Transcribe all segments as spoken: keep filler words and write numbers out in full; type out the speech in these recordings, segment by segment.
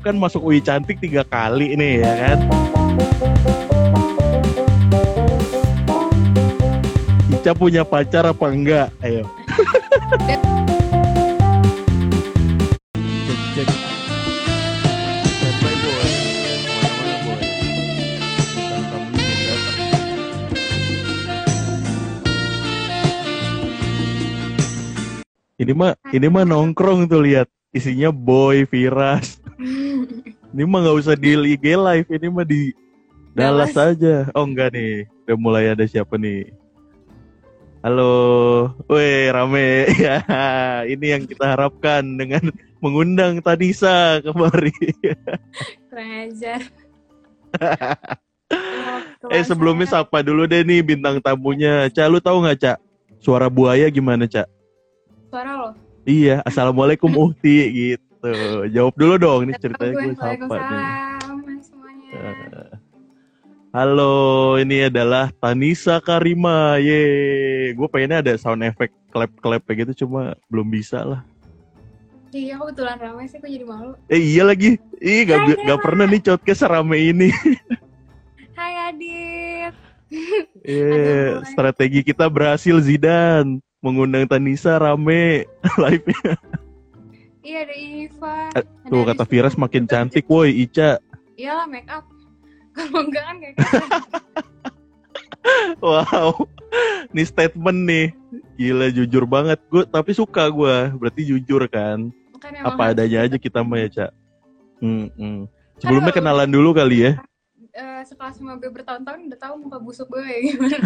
kan masuk U I Cantik tiga kali nih ya kan. Ica punya pacar apa enggak? Ayo. Cek cek. Standby boy. Mana-mana boy. Bintang tamunya belum datang. Ini mah ini mah nongkrong tuh lihat. Isinya Boy, Viras. Ini mah nggak usah di I G live, ini mah di Dallas aja. Oh enggak nih, udah mulai ada siapa nih? Halo, weh rame ya. Ini yang kita harapkan dengan mengundang Tanisa kemari. Kurang ajar. Eh sebelumnya sapa dulu deh nih bintang tamunya. Ca, lu tahu nggak Ca? Suara buaya gimana Ca? Suara lo? Iya, assalamualaikum Uhti gitu. Jawab dulu dong, ini ceritanya gue sapa nih. Waalaikumsalam semuanya. Halo, ini adalah Tanisa Karima. Ye, gue pengennya ada sound effect clap-clap kayak gitu, cuma belum bisa lah. Iya, kok kebetulan ramai sih, gue jadi malu. Eh iya lagi, ih gak, Hai, gak pernah nih podcast serame ini. Hai Adit. Eh, strategi kita berhasil Zidan. Mengundang Tanisa rame live-nya. Iya ada Iva. Tuh kata Viras makin cantik woi Ica. Iyalah make up. Kalau enggak kan kayak gitu. Wow. Ini statement nih. Gila jujur banget. Gue tapi suka gue. Berarti jujur kan. kan apa adanya aja kita mah ya, Ca. Hmm-hmm. Sebelumnya kan kenalan dulu kali ya. Uh, setelah sama gue bertahun-tahun udah tahu muka busuk gue gimana.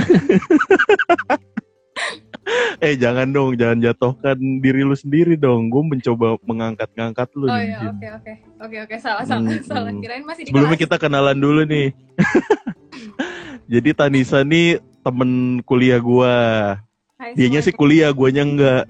Eh jangan dong, jangan jatuhkan diri lu sendiri dong. Gue mencoba mengangkat-ngangkat lu. Oh iya, oke oke. Oke oke, salah salah hmm, salah. Kirain masih di Sebelumnya kelas. Kita kenalan dulu nih. Jadi Tanisa nih temen kuliah gue. Dianya sih kuliah, guanya enggak.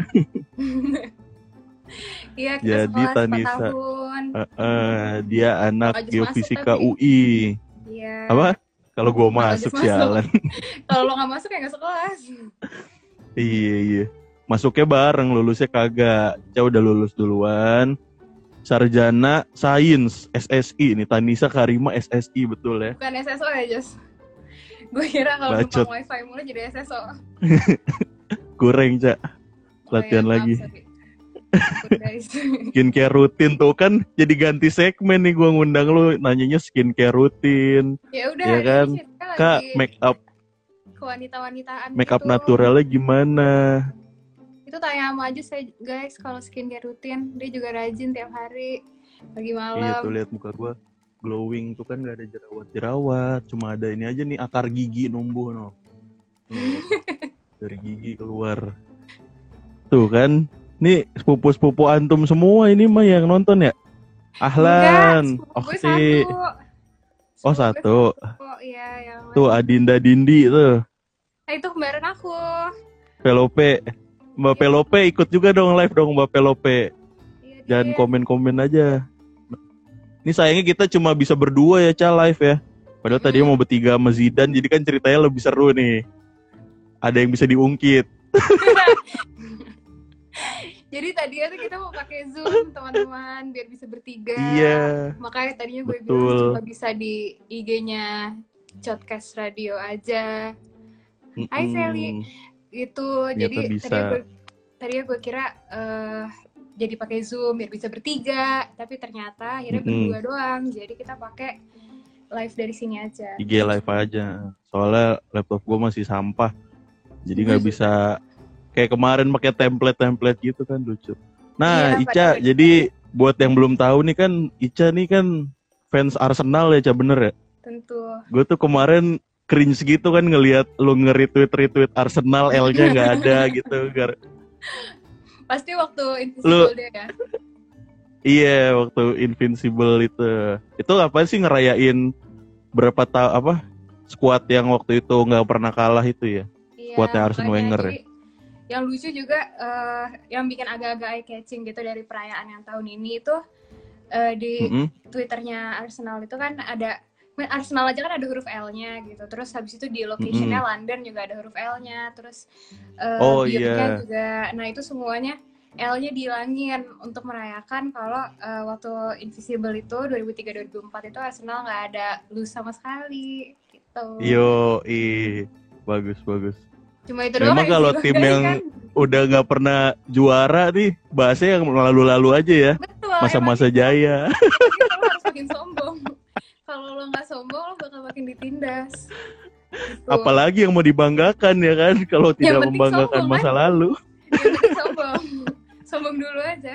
Iya, kita jadi Tanisa. Uh, uh, dia anak geofisika masuk, U I. Iya. Apa? Kalau gue masuk sialan. Kalau lo nggak masuk ya nggak sekelas. Iya iya. Masuknya bareng, lulusnya kagak. Ca udah lulus duluan. Sarjana Sains S S I nih, Tanisa Karima S S I betul ya? Bukan S S O ya, Jos. Gue kira kalau numpang wifi mulai jadi S S O. Kurang, Ca. Latihan oh, ya, lagi. Skincare rutin tuh kan jadi ganti segmen nih, gue ngundang lu nanyanya skincare rutin. Ya udah, ya kan? Kak, make up kewanita-wanitaan make up gitu. Naturalnya gimana? Itu tanya sama aja saya guys kalau skincare rutin. Dia juga rajin tiap hari pagi malam. Iya tuh lihat muka gue glowing tuh kan gak ada jerawat-jerawat, cuma ada ini aja nih akar gigi numbuh no. Hmm, dari gigi keluar. Tuh kan, nih sepupu-sepupu antum semua ini mah yang nonton ya? Ahlan, Okti. Oh satu. Oh iya yang tuh Adinda Dindi tuh. Nah, itu kembaran aku. Pelope. Mbak iya. Pelope ikut juga dong live dong Mbak Pelope. Iya, jangan komen-komen aja. Ini sayangnya kita cuma bisa berdua ya Ca live ya. Padahal hmm. tadinya mau bertiga sama Zidan, jadi kan ceritanya lebih seru nih. Ada yang bisa diungkit. Jadi tadinya tuh kita mau pakai Zoom teman-teman biar bisa bertiga. Iya. Makanya tadinya gue betul. bilang cuma bisa di I G-nya Podcast Radio aja. Mm-mm. Hai Sally. Itu jadi tadinya gue tadinya gue kira uh, jadi pakai Zoom biar bisa bertiga, tapi ternyata akhirnya Mm-mm. berdua doang. Jadi kita pakai live dari sini aja. I G live aja. Soalnya laptop gue masih sampah. Jadi nggak bisa kayak kemarin pakai template-template gitu kan lucu. Nah, iya, Ica, jadi itu. Buat yang belum tahu nih kan, Ica nih kan fans Arsenal ya, Ca, bener ya? Tentu. Gue tuh kemarin cringe gitu kan ngelihat lu nge-retweet-retweet Arsenal, L-nya nggak ada gitu. Pasti waktu Invincible dia ya? Iya, waktu Invincible itu. Itu apa sih ngerayain berapa tahun apa squad yang waktu itu nggak pernah kalah itu ya? Iya, squadnya Arsene Wenger ya? Yang lucu juga uh, yang bikin agak-agak eye catching gitu dari perayaan yang tahun ini itu uh, di mm-hmm. Twitternya Arsenal itu kan ada Arsenal aja kan ada huruf L-nya gitu. Terus habis itu di locationnya mm-hmm. London juga ada huruf L-nya. Terus uh, oh, biotnya yeah. juga. Nah itu semuanya L-nya dihilangin untuk merayakan kalau uh, waktu Invisible itu dua ribu tiga dua ribu empat itu Arsenal nggak ada lose sama sekali gitu. Yo, ih, bagus bagus. Cuma itu memang doang kalau tim yang kan udah nggak pernah juara nih, bahasnya yang lalu-lalu aja ya. Betul, masa-masa jaya. Lo harus makin sombong. Kalau lo nggak sombong, lo bakal makin ditindas. Gitu. Apalagi yang mau dibanggakan ya kan, kalau tidak membanggakan sombong, masa kan? lalu. Yang penting sombong, sombong dulu aja.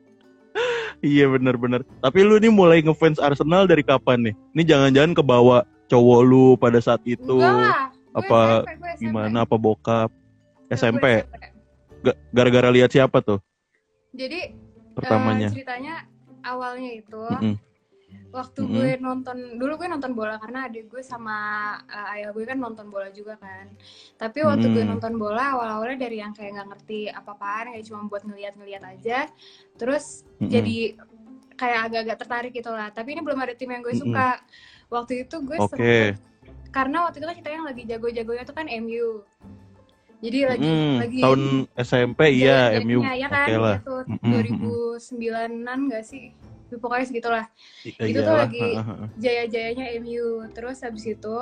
Iya benar-benar. Tapi lu nih mulai ngefans Arsenal dari kapan nih? Ini jangan-jangan kebawa cowok lu pada saat itu? Enggak lah. Apa S M P, gimana? Apa bokap? Gue S M P. S M P. Gara-gara lihat siapa tuh? Jadi pertamanya. Uh, ceritanya awalnya itu. Mm-mm. Waktu mm-hmm. gue nonton, dulu gue nonton bola karena adik gue sama uh, ayah gue kan nonton bola juga kan. Tapi waktu mm. gue nonton bola awal-awalnya dari yang kayak nggak ngerti apa-apaan, kayak cuma buat ngeliat-ngeliat aja. Terus mm-hmm. jadi kayak agak-agak tertarik gitu lah. Tapi ini belum ada tim yang gue mm-hmm. suka. Waktu itu gue okay. sempet, karena waktu itu kan ceritanya yang lagi jago-jagonya tuh kan M U. Jadi lagi mm, lagi tahun S M P iya M U. Ya kan, okay lah. Itu mm-hmm. dua ribu sembilanan nggak sih? Pokoknya segitulah. I- itu tuh lagi jaya-jayanya M U. Terus habis itu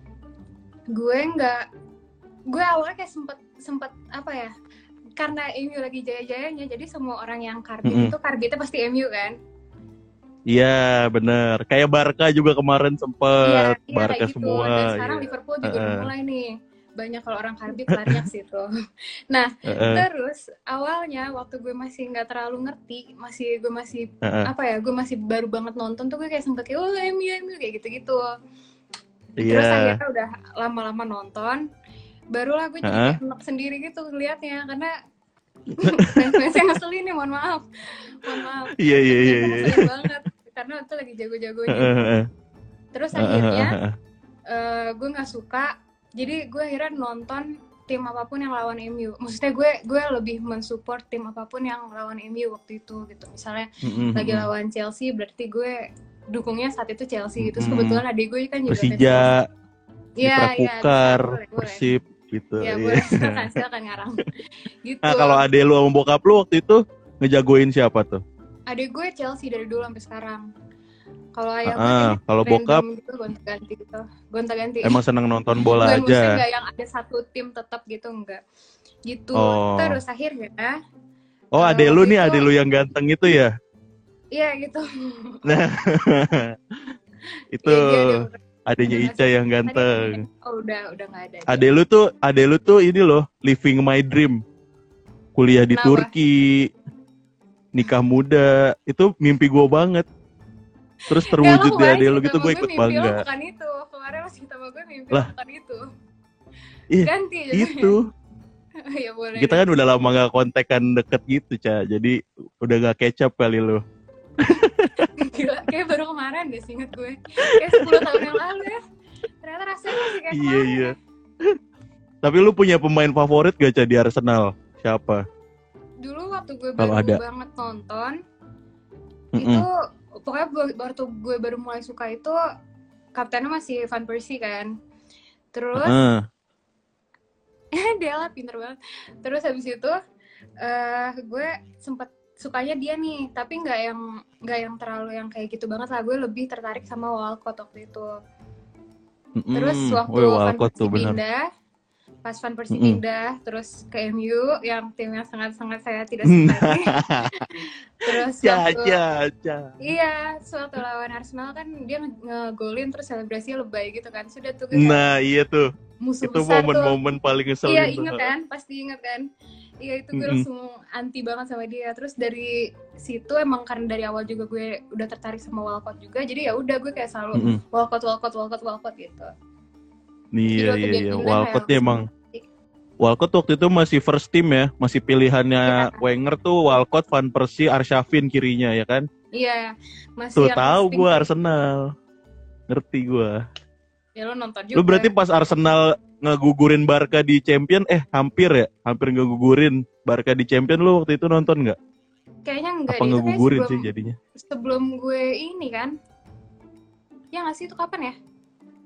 gue nggak, gue awalnya kayak sempet sempet apa ya? Karena M U lagi jaya-jayanya, jadi semua orang yang karbit mm-hmm. itu karbitnya pasti M U kan? Iya benar. Kayak Barca juga kemarin sempet. Iya, Barca iya, semua. Gitu. Dan sekarang iya. Liverpool juga uh-uh. udah mulai nih. Banyak kalau orang karbit banyak situ. Nah, uh-uh. terus awalnya waktu gue masih nggak terlalu ngerti, masih gue masih uh-uh. apa ya, gue masih baru banget nonton tuh gue kayak sempet kayak oh M U M U kayak gitu-gitu. Yeah. Terus akhirnya udah lama-lama nonton, barulah gue jadi uh-uh. kayak enak sendiri gitu ngeliatnya karena fans-fansnya ngeselin nih, mohon maaf, mohon maaf. Iya iya iya. Ngeselin banget karena itu lagi jago-jagonya. Uh-uh. Terus akhirnya uh-uh. uh, gue nggak suka. Jadi gue akhirnya nonton tim apapun yang lawan M U. Maksudnya gue gue lebih mensupport tim apapun yang lawan M U waktu itu gitu. Misalnya mm-hmm. lagi lawan Chelsea, berarti gue dukungnya saat itu Chelsea gitu. Terus kebetulan adik gue kan juga Persija, Mitra Kukar, ya, Persib gitu. Ya boleh, silakan, silakan ngarang. Gitu. Nah kalau adek lu sama bokap lu waktu itu ngejagoin siapa tuh? Adek gue Chelsea dari dulu sampai sekarang. Kalau ayah ah, gue kalau bokap gitu, gonta-ganti gitu. Gonta-ganti. Emang seneng nonton bola Bukan, aja. Maksudnya enggak yang ada satu tim tetap gitu, enggak. Gitu. Oh. Terus akhirnya Oh, uh, adek lu nih, adek lu yang ganteng itu ya? Iya, gitu. Nah. Itu ya, iya, adeknya Ica yang ganteng. Adek, oh, udah udah enggak ada. Adek lu tuh, adek lu tuh ini loh, living my dream. Kuliah di Kenapa? Turki. Nikah muda. Itu mimpi gua banget. Terus terwujud di adek lu gitu, gue ikut bangga. Mimpi lo bukan itu. Kemarin lo cerita sama gue mimpi lah. Lo bukan itu. Ih, ganti aja. Itu. Ya, boleh, kita kan udah lama gak kontekan deket gitu, Ca. Jadi udah gak kecap kali lo. Gila, kayak baru kemarin deh inget gue. Kayak sepuluh tahun yang lalu ya. Ternyata rasanya masih kayak iya, kemarin. Iya, tapi lu punya pemain favorit gak, Ca, di Arsenal? Siapa? Dulu waktu gue baru ada. banget nonton, Mm-mm. itu pokoknya waktu gue baru mulai suka itu kaptennya masih Van Persie kan. Terus uh. dia lah pinter banget. Terus habis itu uh, gue sempet sukanya dia nih, tapi nggak yang nggak yang terlalu yang kayak gitu banget lah. Gue lebih tertarik sama Walcott waktu itu. Mm-hmm. Terus waktu Woy, Van Persie pindah, pas Van Persie mm-hmm. pindah terus ke M U yang tim yang sangat-sangat saya tidak suka. Terus ja, waktu ja, ja. iya, suatu lawan Arsenal kan dia ngegolin terus selebrasinya lebay gitu kan. Sudah tuh kan. Nah, iya tuh. Musuh itu besar momen-momen tuh. paling ngeselin. Iya, inget kan? Pasti inget kan? Iya, itu gue mm-hmm. langsung anti banget sama dia. Terus dari situ emang karena dari awal juga gue udah tertarik sama Walcott juga. Jadi ya udah gue kayak selalu mm-hmm. Walcott, Walcott, Walcott, Walcott gitu. Iya, iya, iya. Walcottnya emang Walcott waktu itu masih first team ya, masih pilihannya ya. Wenger tuh Walcott, Van Persie, Arshavin kirinya ya kan? Iya, masih. Tuh tahu gue Arsenal, ngerti gue. Ya lo nonton juga. Lu berarti pas Arsenal ngegugurin Barca di Champion, eh hampir ya, hampir ngegugurin Barca di Champion, lu waktu itu nonton nggak? Kayaknya enggak. Apa deh, ngegugurin sebelum, sih jadinya? Sebelum gue ini kan, ya nggak sih itu kapan ya?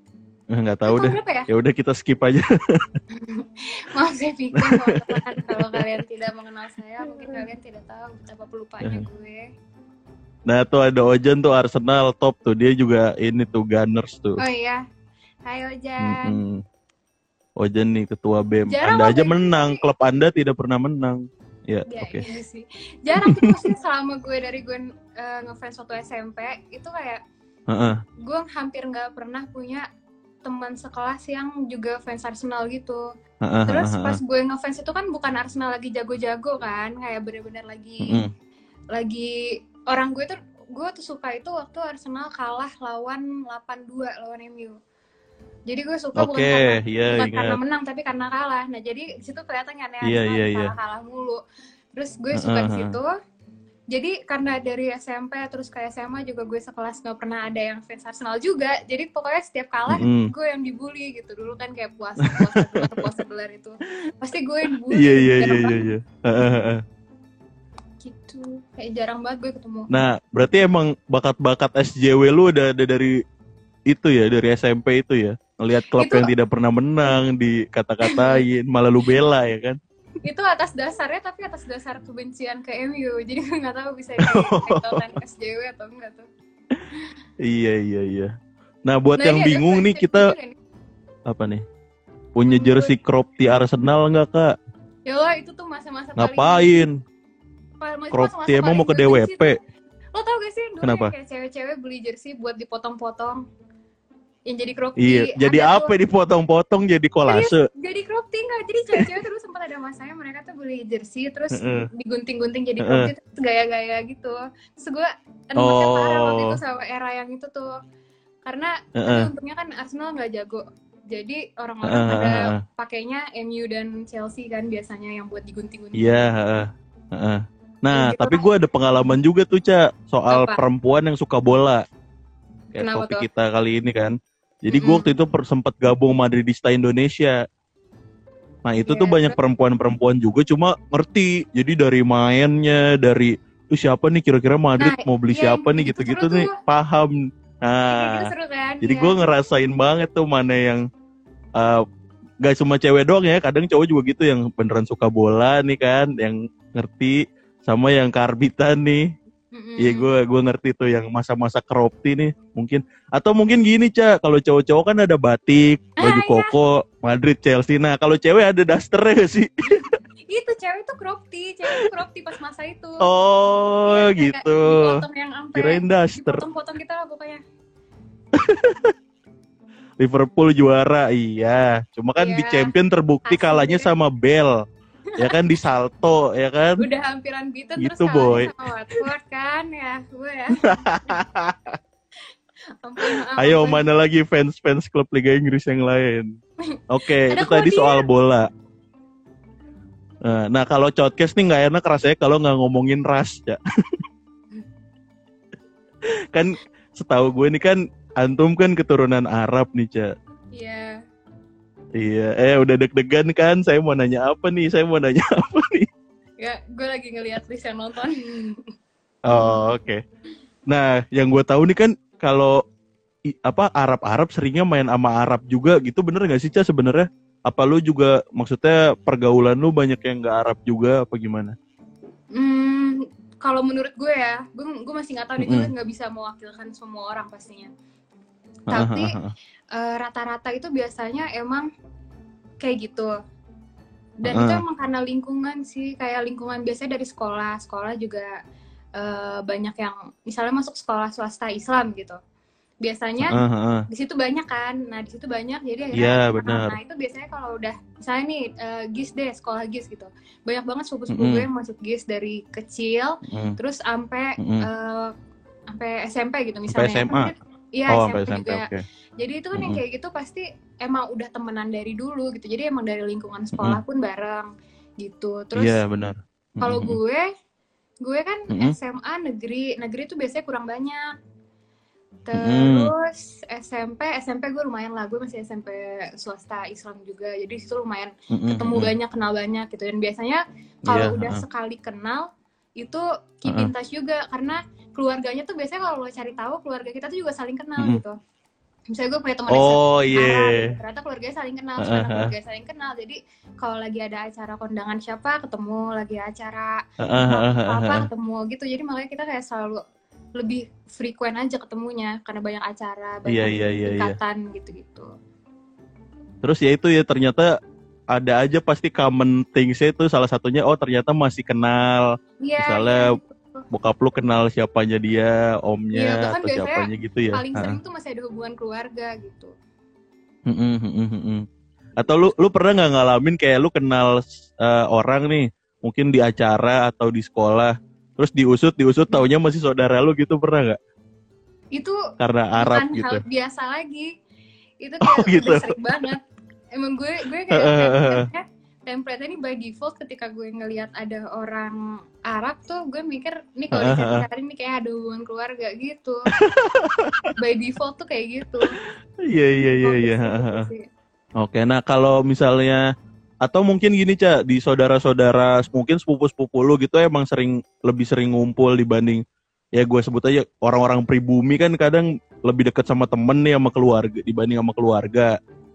Nggak tahu deh. Ya, ya udah kita skip aja. Maaf saya pikir teman-teman kalau kalian tidak mengenal saya, mungkin kalian tidak tahu betapa pelupanya gue. Nah tuh ada Ojan tuh Arsenal top tuh, dia juga ini tuh Gunners tuh. Oh iya, hai Ojan. Mm-mm. Ojan nih ketua B E M. Jarang Anda aja menang, klub Anda tidak pernah menang. Ya, ya oke. Okay. Iya sih. Jarang tuh maksudnya selama gue dari gue uh, ngefans waktu S M P itu kayak uh-uh. gue hampir nggak pernah punya teman sekelas yang juga fans Arsenal gitu. Uh-uh, Terus uh-uh. pas gue ngefans itu kan bukan Arsenal lagi jago-jago kan, kayak bener-bener lagi uh-uh. lagi orang gue tuh gue tuh suka itu waktu Arsenal kalah lawan delapan dua lawan M U. Jadi gue suka okay, bukan, karena, yeah, bukan karena menang tapi karena kalah. Nah jadi di situ kelihatan kan ya yeah, yeah, kalah kalah mulu. Terus gue suka uh-huh. di situ. Jadi karena dari S M P terus ke S M A juga gue sekelas nggak pernah ada yang fans Arsenal juga. Jadi pokoknya setiap kalah mm-hmm. gue yang dibully gitu. Dulu kan kayak puasa puasa gelar puasa gelar itu pasti gue yang dibully. Iya iya iya iya. Gitu. Kayak jarang banget gue ketemu. Nah berarti emang bakat-bakat S J W lu udah ada dari itu ya, dari S M P itu ya, ngelihat klub itu, yang tidak pernah menang dikata-katain malah lu bela ya kan. Itu atas dasarnya, tapi atas dasar kebencian ke M U, jadi gue nggak tahu bisa dikatakan S J W atau enggak tuh. Iya iya iya. Nah buat nah, yang iya, bingung nih kita nih. Apa nih, punya jersey crop di Arsenal nggak kak? Ya Allah itu tuh masa-masa ngapain? Crop T emang mau ke D W P? Lo tau gak sih dulu Kenapa? Kayak cewek-cewek beli jersey buat dipotong-potong yang jadi crop tee. Iya, jadi apa tuh, dipotong-potong jadi kolase? Jadi, jadi crop tee nggak? Jadi cewek-cewek terus sempat ada masanya mereka tuh beli jersey terus uh-uh. digunting-gunting jadi crop tee, terus gaya-gaya gitu. Terus gue enaknya oh. parah waktu itu sama era yang itu tuh. Karena uh-uh. tapi untungnya kan Arsenal nggak jago. Jadi orang-orang uh-uh. pada pakainya M U dan Chelsea kan biasanya yang buat digunting-gunting. Iya, yeah, uh-uh. uh-uh. Nah, gitu tapi gue ada pengalaman juga tuh, Ca, soal apa? Perempuan yang suka bola. Kayak kenapa topik tuh? Kita kali ini kan. Jadi mm-hmm. gue waktu itu sempat gabung Madridista Indonesia. Nah, itu yeah, tuh banyak perempuan-perempuan juga, cuma ngerti. Jadi dari mainnya, dari tuh siapa nih kira-kira Madrid nah, mau beli yeah, siapa nih gitu-gitu nih, tuh. Paham. Nah, seru kan? Jadi yeah. gue ngerasain banget tuh mana yang uh, gak cuma cewek doang ya, kadang cowok juga gitu yang beneran suka bola nih kan, yang ngerti. Sama yang karbitan nih, iya mm-hmm. gue gue ngerti tuh yang masa-masa crop tee nih mungkin, atau mungkin gini Ca, kalau cowok-cowok kan ada batik, baju ah, koko, iya. Madrid, Chelsea. Nah kalau cewek ada dasternya gak sih? Itu cewek tuh crop tee, cewek tuh crop tee pas masa itu. Oh ya, gitu. Yang ampe, kirain daster. Potong-potong kita lah pokoknya. Liverpool juara, iya. Cuma kan iya. di Champion terbukti asli kalahnya sama Bell. Ya kan di salto ya kan udah hampiran beaten gitu, terus boy. Sama Watford kan ya gue ya. Ampun, ayo ampun. Mana lagi fans-fans klub Liga Inggris yang lain? Oke, okay, itu tadi soal bola. Nah, nah kalau podcast nih nggak enak rasanya kalau nggak ngomongin ras ya. Kan setahu gue nih kan antum kan keturunan Arab nih, Ca. Iya. Iya, eh udah deg-degan kan? Saya mau nanya apa nih? Saya mau nanya apa nih? Ya, gue lagi ngeliat list yang nonton. Oh, oke. Okay. Nah, yang gue tahu nih kan kalau apa Arab-Arab seringnya main sama Arab juga gitu, bener nggak sih, Ca sebenarnya? Apa lu juga maksudnya pergaulan lu banyak yang nggak Arab juga apa gimana? Hmm, kalau menurut gue ya, gue gue masih nggak tahu nih, gue nggak bisa mewakilkan semua orang pastinya. Tapi uh, rata-rata itu biasanya emang kayak gitu. Dan uh. itu emang karena lingkungan sih, kayak lingkungan biasanya dari sekolah. Sekolah juga uh, banyak yang misalnya masuk sekolah swasta Islam gitu. Biasanya uh, uh. di situ banyak kan. Nah, di situ banyak jadi akhirnya yeah, benar. Nah, itu biasanya kalau udah misalnya nih uh, G I S deh, sekolah G I S gitu. Banyak banget sepupu-sepupu mm-hmm. gue yang masuk G I S dari kecil mm-hmm. terus sampai mm-hmm. uh, sampai S M P gitu misalnya. Sampai S M A. Iya, oh, S M P, S M P juga. Okay. Jadi itu kan mm-hmm. yang kayak gitu pasti emang udah temenan dari dulu gitu. Jadi emang dari lingkungan sekolah mm-hmm. pun bareng gitu. Terus iya, benar. Kalau mm-hmm. gue, gue kan mm-hmm. S M A negeri, negeri itu biasanya kurang banyak. Terus mm-hmm. S M P, S M P gue lumayan lah. Gue masih S M P swasta Islam juga. Jadi situ lumayan mm-hmm. ketemu banyak, kenal banyak gitu. Dan biasanya kalau yeah, udah uh-huh. sekali kenal itu keep in touch juga karena keluarganya tuh biasanya kalau lo cari tahu keluarga kita tuh juga saling kenal mm-hmm. gitu. Misalnya gue punya teman oh, S M A, yeah. ternyata keluarganya saling kenal, uh-huh. keluarganya saling kenal. Jadi kalau lagi ada acara kondangan siapa ketemu, lagi acara uh-huh. apa ketemu gitu. Jadi makanya kita kayak selalu lebih frequent aja ketemunya karena banyak acara, banyak yeah, yeah, yeah, ikatan yeah. gitu-gitu. Terus ya itu ya ternyata ada aja pasti common things-nya itu salah satunya oh ternyata masih kenal. Yeah, misalnya yeah. Bokap lu kenal siapanya dia, omnya ya, atau siapanya gitu ya. Paling sering tuh masih ada hubungan keluarga gitu. Hmm, hmm, hmm, hmm. Atau lu lu pernah nggak ngalamin kayak lu kenal uh, orang nih, mungkin di acara atau di sekolah, terus diusut diusut hmm. taunya masih saudara lu gitu, pernah nggak? Itu karena Arab bukan gitu. Hal biasa lagi. Itu kayak oh, gitu. Udah sering banget. Emang gue gue kayak template-nya, template ini by default ketika gue ngelihat ada orang Arab tuh gue mikir nih kalau dicari ini kayak ada hubungan keluarga gitu. By default tuh kayak gitu. Iya iya iya iya. Oke, nah kalau misalnya atau mungkin gini Ca, di saudara-saudara mungkin sepupu-sepupu lu gitu emang sering lebih sering ngumpul dibanding ya gue sebut aja orang-orang pribumi kan kadang lebih dekat sama temen nih sama keluarga dibanding sama keluarga.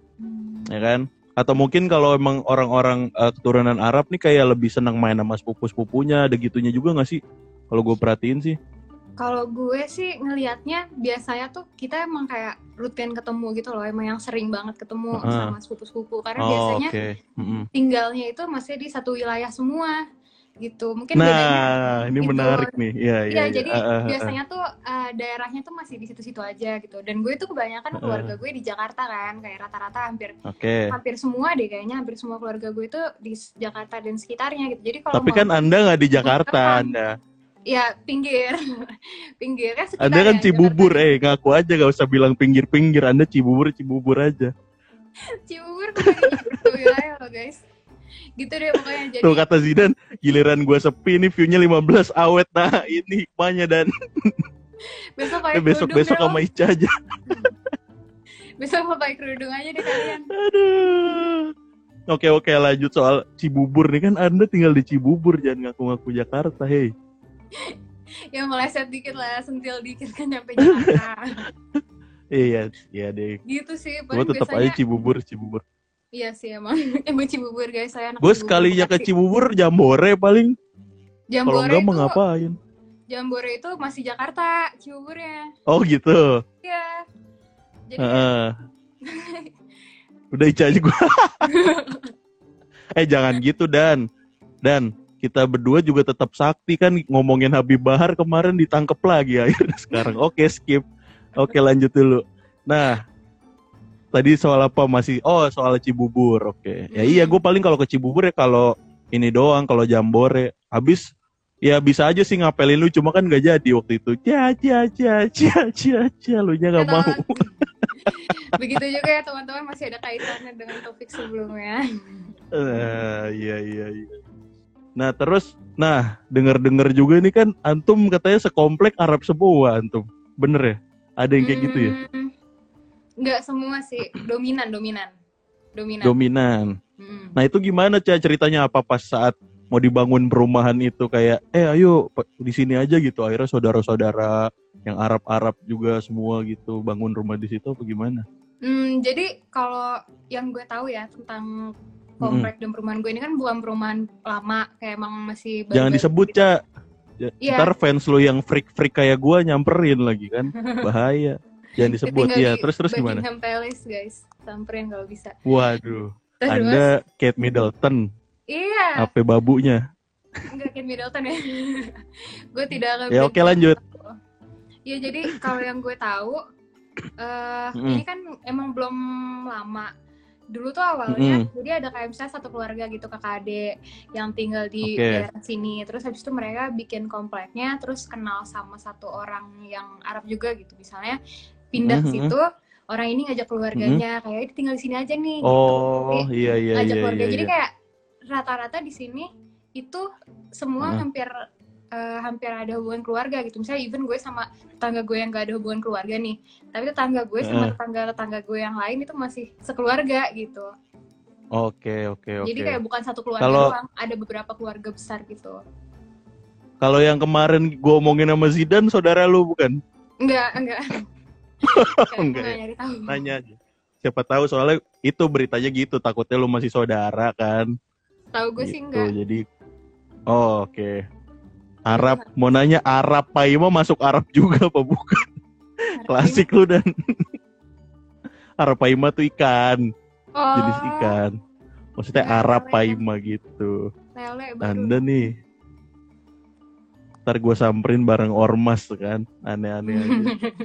Ya kan? Atau mungkin kalau emang orang-orang uh, keturunan Arab nih kayak lebih senang main sama sepupu-sepupunya, ada gitunya juga nggak sih? Kalau gue perhatiin sih. Kalau gue sih ngelihatnya biasanya tuh kita emang kayak rutin ketemu gitu loh, emang yang sering banget ketemu uh-huh. sama sepupu-sepupu karena oh, biasanya okay. mm-hmm. tinggalnya itu masih di satu wilayah semua. Gitu mungkin nah, bedanya ini gitu. Menarik nih ya, ya, ya, jadi ya. Uh, uh, biasanya tuh uh, daerahnya tuh masih di situ-situ aja gitu dan gue tuh kebanyakan uh, keluarga gue di Jakarta kan kayak rata-rata hampir okay. hampir semua deh kayaknya hampir semua keluarga gue tuh di Jakarta dan sekitarnya gitu jadi kalau tapi kan Anda nggak di Jakarta kan, Anda ya pinggir pinggir kan sekitar Anda kan ya, Cibubur Jakarta. Eh ngaku aja gak usah bilang pinggir-pinggir Anda Cibubur Cibubur aja Cibubur ke wilayah loh guys gitu deh pokoknya jadi tuh kata Zidan giliran gue sepi nih view-nya lima belas awet nah ini hikmahnya dan besok pakai besok besok sama Ica aja besok mau pakai kerudung aja deh kalian aduh oke oke lanjut soal Cibubur nih kan Anda tinggal di Cibubur jangan ngaku-ngaku Jakarta hei ya meleset dikit lah sentil dikit kan nyampe Jakarta iya iya deh gitu sih gue tetap biasanya... aja Cibubur Cibubur. Iya sih emang emang Cibubur guys saya anak gue sekalinya ke Cibubur Jambore paling Jambore kalau enggak mau ngapain Jambore itu masih Jakarta Cibuburnya oh gitu iya jadi uh, udah Ica aja gue eh jangan gitu Dan Dan kita berdua juga tetap sakti kan ngomongin Habib Bahar kemarin ditangkep lagi akhirnya sekarang oke skip oke lanjut dulu nah tadi soal apa masih oh soal Cibubur oke okay. Ya iya gue paling kalau ke Cibubur ya kalau ini doang kalau Jambore habis ya bisa aja sih ngapelin lu cuma kan gak jadi waktu itu cia cia cia cia cia cia lu nya gak mau begitu juga ya teman-teman masih ada kaitannya dengan topik sebelumnya uh, iya iya iya nah terus nah denger-denger juga nih kan antum katanya sekomplek Arab semua antum bener ya ada yang kayak hmm. gitu ya Nggak semua sih, dominan, dominan. Dominan. Dominan. Hmm. Nah itu gimana Ca ceritanya apa pas saat mau dibangun perumahan itu kayak eh ayo di sini aja gitu akhirnya saudara-saudara yang Arab-Arab juga semua gitu bangun rumah di situ apa gimana? Hmm, jadi kalau yang gue tahu ya tentang komplek hmm. dan perumahan gue ini kan bukan perumahan lama kayak emang masih baru. Jangan disebut gitu. Ca. Ya. Ntar fans lu yang freak-freak kayak gue nyamperin lagi kan bahaya. Jangan disebut ya. Terus terus gimana? Buckingham Palace guys, samperin kalau bisa. Waduh. Terus, Anda Kate Middleton. Iya. Apa babunya? Enggak Kate Middleton ya. Gue tidak akan. Ya oke lanjut. Ya jadi kalau yang gue tahu, uh, mm. ini kan emang belum lama. Dulu tuh awalnya, mm. jadi ada kayak misalnya satu keluarga gitu kakak adik yang tinggal di okay. daerah sini. Terus habis itu mereka bikin kompleknya, terus kenal sama satu orang yang Arab juga gitu. Misalnya pindah mm-hmm. situ, orang ini ngajak keluarganya, mm-hmm. kayak tinggal di sini aja nih. Oh gitu. iya iya ngajak iya. keluarga. Iya, jadi iya. kayak rata-rata di sini itu semua mm. hampir uh, hampir ada hubungan keluarga gitu. Misalnya even gue sama tetangga gue yang gak ada hubungan keluarga nih, tapi tetangga gue sama mm. tetangga-tetangga gue yang lain itu masih sekeluarga gitu. Oke oke oke. Jadi kayak bukan satu keluarga Kalo... doang, ada beberapa keluarga besar gitu. Kalau yang kemarin gue omongin sama Zidan, saudara lu bukan? Enggak enggak. Enggak ya. Nanya aja. Siapa tahu soalnya itu beritanya gitu, takutnya lu masih saudara kan. Tahu gue gitu, sih enggak. Jadi oh, oke. Okay. Arab, mau nanya Arab Paima masuk Arab juga apa bukan? Klasik lu dan Arab Paima tuh ikan. Oh. Jenis ikan. Maksudnya ya, Arab Paima gitu. Lele baru. Anda nih. Ntar gue samperin bareng ormas kan. Aneh-aneh aja.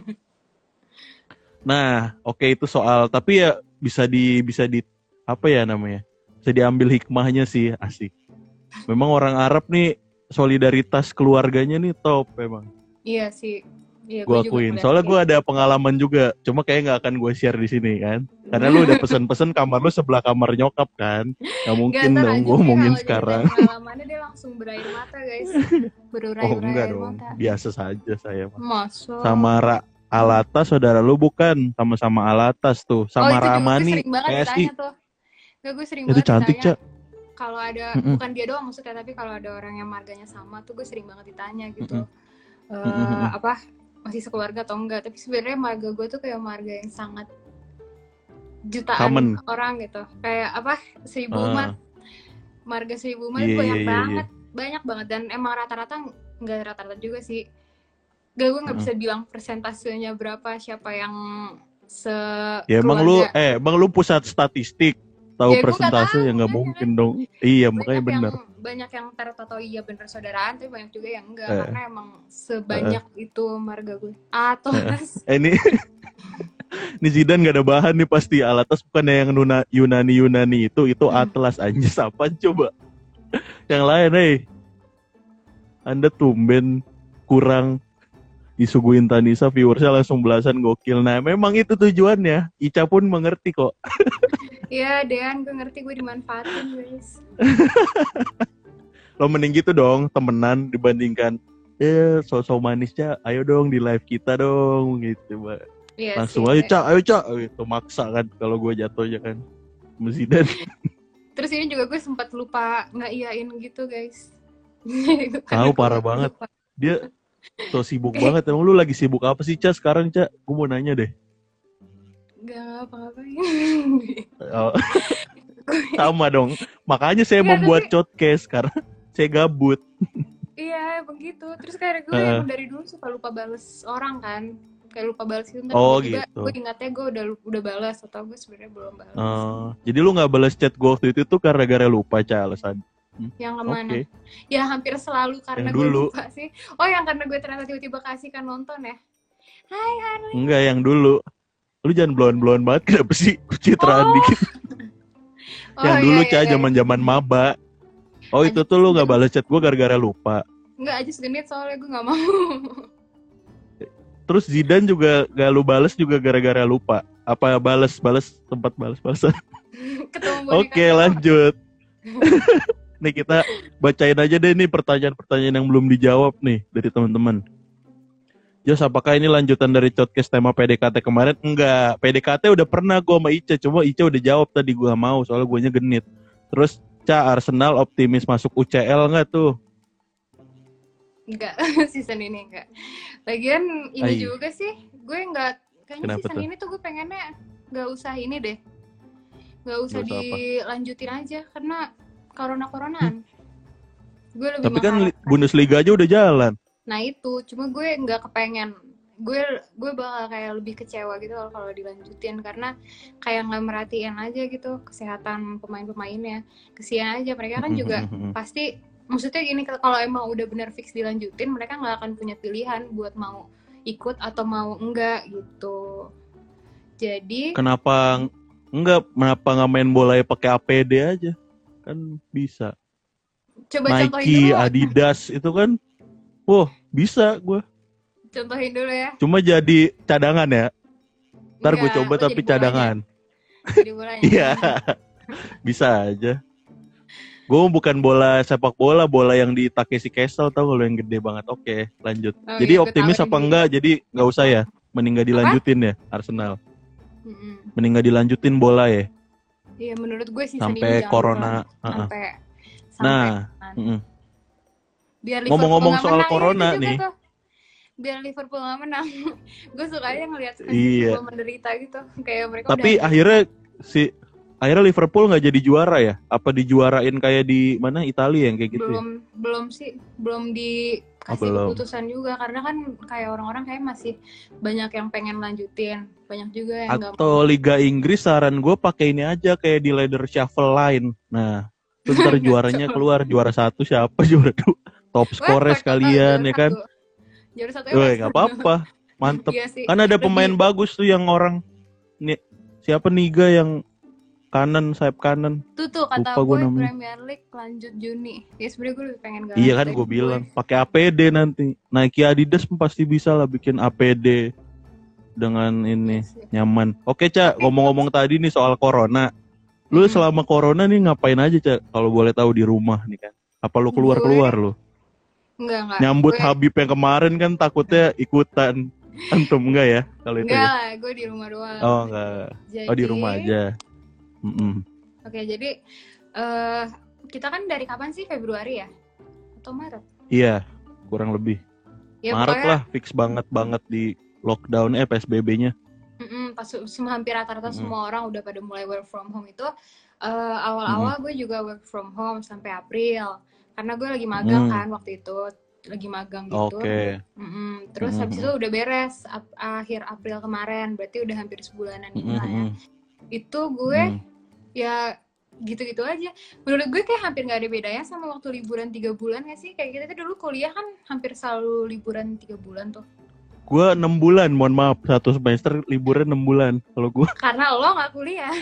Nah, oke okay, itu soal. Tapi ya bisa di bisa di apa ya namanya? Bisa diambil hikmahnya sih, asik. Memang orang Arab nih solidaritas keluarganya nih top memang. Iya sih. Iya, gue akuin. Soalnya gue ada pengalaman juga. Cuma kayak nggak akan gue share di sini kan. Karena lu udah pesen-pesen kamar lu sebelah kamar nyokap kan. Gak mungkin gak, dong gue ngomongin sekarang. Pengalamannya dia langsung berair mata guys. Berurai-urai oh enggak air dong. Mata. Biasa saja saya mah. Masuk. Sama Ra Alatas saudara lu bukan. Sama-sama Alatas tuh. Sama oh, itu Ramani. Gue sering banget ditanya tuh. Gak, gue sering itu banget cantik, ditanya. Cak. Kalau ada, mm-mm. bukan dia doang maksudnya, tapi kalau ada orang yang marganya sama tuh gue sering banget ditanya gitu. Uh, mm-mm. Apa, masih sekeluarga atau enggak. Tapi sebenarnya marga gue tuh kayak marga yang sangat jutaan Common. Orang gitu. Kayak apa, seribu uh. umat. Marga seribu umat yeah, banyak yeah, banget. Yeah. Banyak banget. Dan emang rata-rata, enggak rata-rata juga sih. Gak, gue gak uh. bisa bilang persentasenya berapa, siapa yang sekeluarga. Ya emang lu, eh emang lu pusat statistik. Tahu ya, persentase yang nggak mungkin kan. Dong. Iya, banyak makanya benar. Banyak yang tertato iya bener saudaraan, tapi banyak juga yang enggak eh. karena emang sebanyak eh. itu marga gue. Atas. Eh, ini ini Zidan nggak ada bahan nih pasti. Alatas bukan yang Nuna, Yunani Yunani itu, itu Atlas aja. Apa coba? Yang lain, eh. Anda tumben kurang disuguhin Tanisa, viewersnya langsung belasan, gokil. Nah, memang itu tujuannya. Ica pun mengerti kok. Iya, Dean, gue ngerti, gue dimanfaatin, guys. Lo mending gitu dong, temenan dibandingkan eh sosok manisnya, ayo dong di live kita dong, gitu, Mbak. Iya langsung sih, ayo, Cak, ayo, Cak. Gitu, maksa kan kalau gue jatuhnya kan. Mesiden. Terus ini juga gue sempat lupa ngeiyain gitu, guys. Tahu parah banget. Lupa. Dia so sibuk banget. Emang lu lagi sibuk apa sih, Cak, sekarang, Cak? Gue mau nanya deh. Gak ngapa-ngapain. Oh. Sama dong. Makanya saya Nggak, membuat tapi... podcast karena saya gabut. Iya, begitu. Terus kayak gue uh. emang dari dulu suka lupa balas orang kan. Kayak lupa balas itu. Oh juga, gitu. Gue ingatnya gue udah udah balas atau gue sebenarnya belum balas. Uh, jadi lu nggak balas chat gue waktu itu tuh karena gara lupa, Ca, alasan. Hmm? Yang kemana? Okay. Ya hampir selalu karena gue lupa sih. Oh, yang karena gue ternyata tiba-tiba kasih kan nonton ya. Hai Harley. Enggak, yang dulu. Lu jangan blown-blown banget, kenapa sih citraan oh. dikit. Oh, yang dulu, iya, Ca, iya, zaman-zaman maba. Oh, Ajis itu tuh lu gak balas chat gue gara-gara lupa. Enggak, Ajis genit soalnya gue gak mau. Terus Zidan juga gak lu balas juga gara-gara lupa. Apa balas-balas, tempat balas-balasan. Oke, lanjut. Nih kita bacain aja deh nih pertanyaan-pertanyaan yang belum dijawab nih dari teman-teman. Jos, apakah ini lanjutan dari podcast tema P D K T kemarin? Enggak, P D K T udah pernah gue sama Ica, cuma Ica udah jawab tadi, gue gak mau soalnya guanya genit. Terus, Ca, Arsenal optimis masuk U C L gak tuh? Enggak, season ini enggak. Lagian ini Ay. juga sih, gue enggak, kayaknya Kenapa season tuh? ini tuh gue pengennya gak usah ini deh. Gak usah gak dilanjutin apa? aja, karena corona-coronaan. Hmm. Gue lebih Tapi kan Bundesliga aja udah jalan. Nah itu, cuma gue nggak kepengen, gue gue bakal kayak lebih kecewa gitu kalau dilanjutin karena kayak nggak merhatiin aja gitu kesehatan pemain-pemainnya. Kesian aja, mereka kan juga pasti, maksudnya gini, kalau emang udah bener fix dilanjutin, mereka nggak akan punya pilihan buat mau ikut atau mau enggak gitu. Jadi kenapa enggak, kenapa nggak main bola ya pakai A P D aja, kan bisa. Coba Nike, Adidas itu kan. Wah, bisa gue. Contohin dulu ya. Cuma jadi cadangan ya. Ntar gue coba tapi cadangan. Jadi bolanya. Iya. Bisa aja. Gue bukan bola sepak bola, bola yang di Takeshi Castle, tau kalau yang gede banget. Oke, lanjut. Oh, jadi iya, optimis apa enggak? Juga. Jadi nggak usah ya. Mending nggak dilanjutin apa? ya Arsenal. Mm-mm. Mending nggak dilanjutin bola ya. Iya, menurut gue sih sampai corona. Uh-uh. Sampai. Nah. Sampai. Ngomong-ngomong soal corona ya, nih. Tuh. biar Liverpool nggak menang. Gue suka aja ngelihat fans Iya. Liverpool menderita gitu, kayak mereka Tapi udah akhirnya si akhirnya Liverpool nggak jadi juara ya? Apa dijuarain kayak di mana Italia yang kayak gitu belum ya? belum sih belum dikasih Oh, belum. keputusan juga, karena kan kayak orang-orang kayak masih banyak yang pengen lanjutin, banyak juga yang nggak mau. Atau Liga Inggris saran gue pakai ini aja kayak di ladder shuffle line. Nah, itu ntar juaranya keluar, juara satu siapa, juara dua, top score sekalian ya kan? Juara satu Woi, nggak apa-apa, mantep. Iya sih. Kan ada Lebih- pemain bagus tuh yang orang nih, siapa Niga yang kanan, sayap kanan. Tuh tuh kata Lupa gua gue namanya. Premier League lanjut Juni. Ya sebenarnya gue lebih pengen gak Iya kan lanjutin gue bilang gue. pakai A P D nanti. Nike Adidas pasti bisa lah bikin A P D dengan ini Iya sih. nyaman. Oke Cak, Oke. ngomong-ngomong tadi nih soal corona. Lu Mm-mm. selama corona nih ngapain aja Cak? Kalau boleh tahu di rumah nih kan. Apa lu keluar-keluar lu? Enggak enggak. Nyambut gue, Habib yang kemarin kan takutnya ikutan. Antum enggak ya kalau itu enggak ya? lah, gue di rumah doang. Oh enggak. Jadi, Oh di rumah aja. Mm-mm. Oke, jadi uh, kita kan dari kapan sih? Februari ya? Atau Maret? Iya, kurang lebih. Ya, Maret pokoknya, lah, fix banget banget di lockdown eh P S B B-nya. mm-mm, pas semua hampir rata-rata Mm-mm. semua orang udah pada mulai work from home itu, uh, awal-awal gue juga work from home sampai April. Karena gue lagi magang Mm. kan waktu itu, lagi magang gitu. Oke. Mm-mm. Terus Mm-mm. habis itu udah beres ap- akhir April kemarin, berarti udah hampir sebulanan ini lah ya. Mm-mm. Itu gue Mm. ya gitu-gitu aja. Menurut gue kayak hampir nggak ada bedanya sama waktu liburan tiga bulan ya sih. Kayak kita tuh dulu kuliah kan hampir selalu liburan tiga bulan tuh. Gue enam bulan, mohon maaf, satu semester liburan enam bulan. Kalau gue, Karena lo nggak kuliah.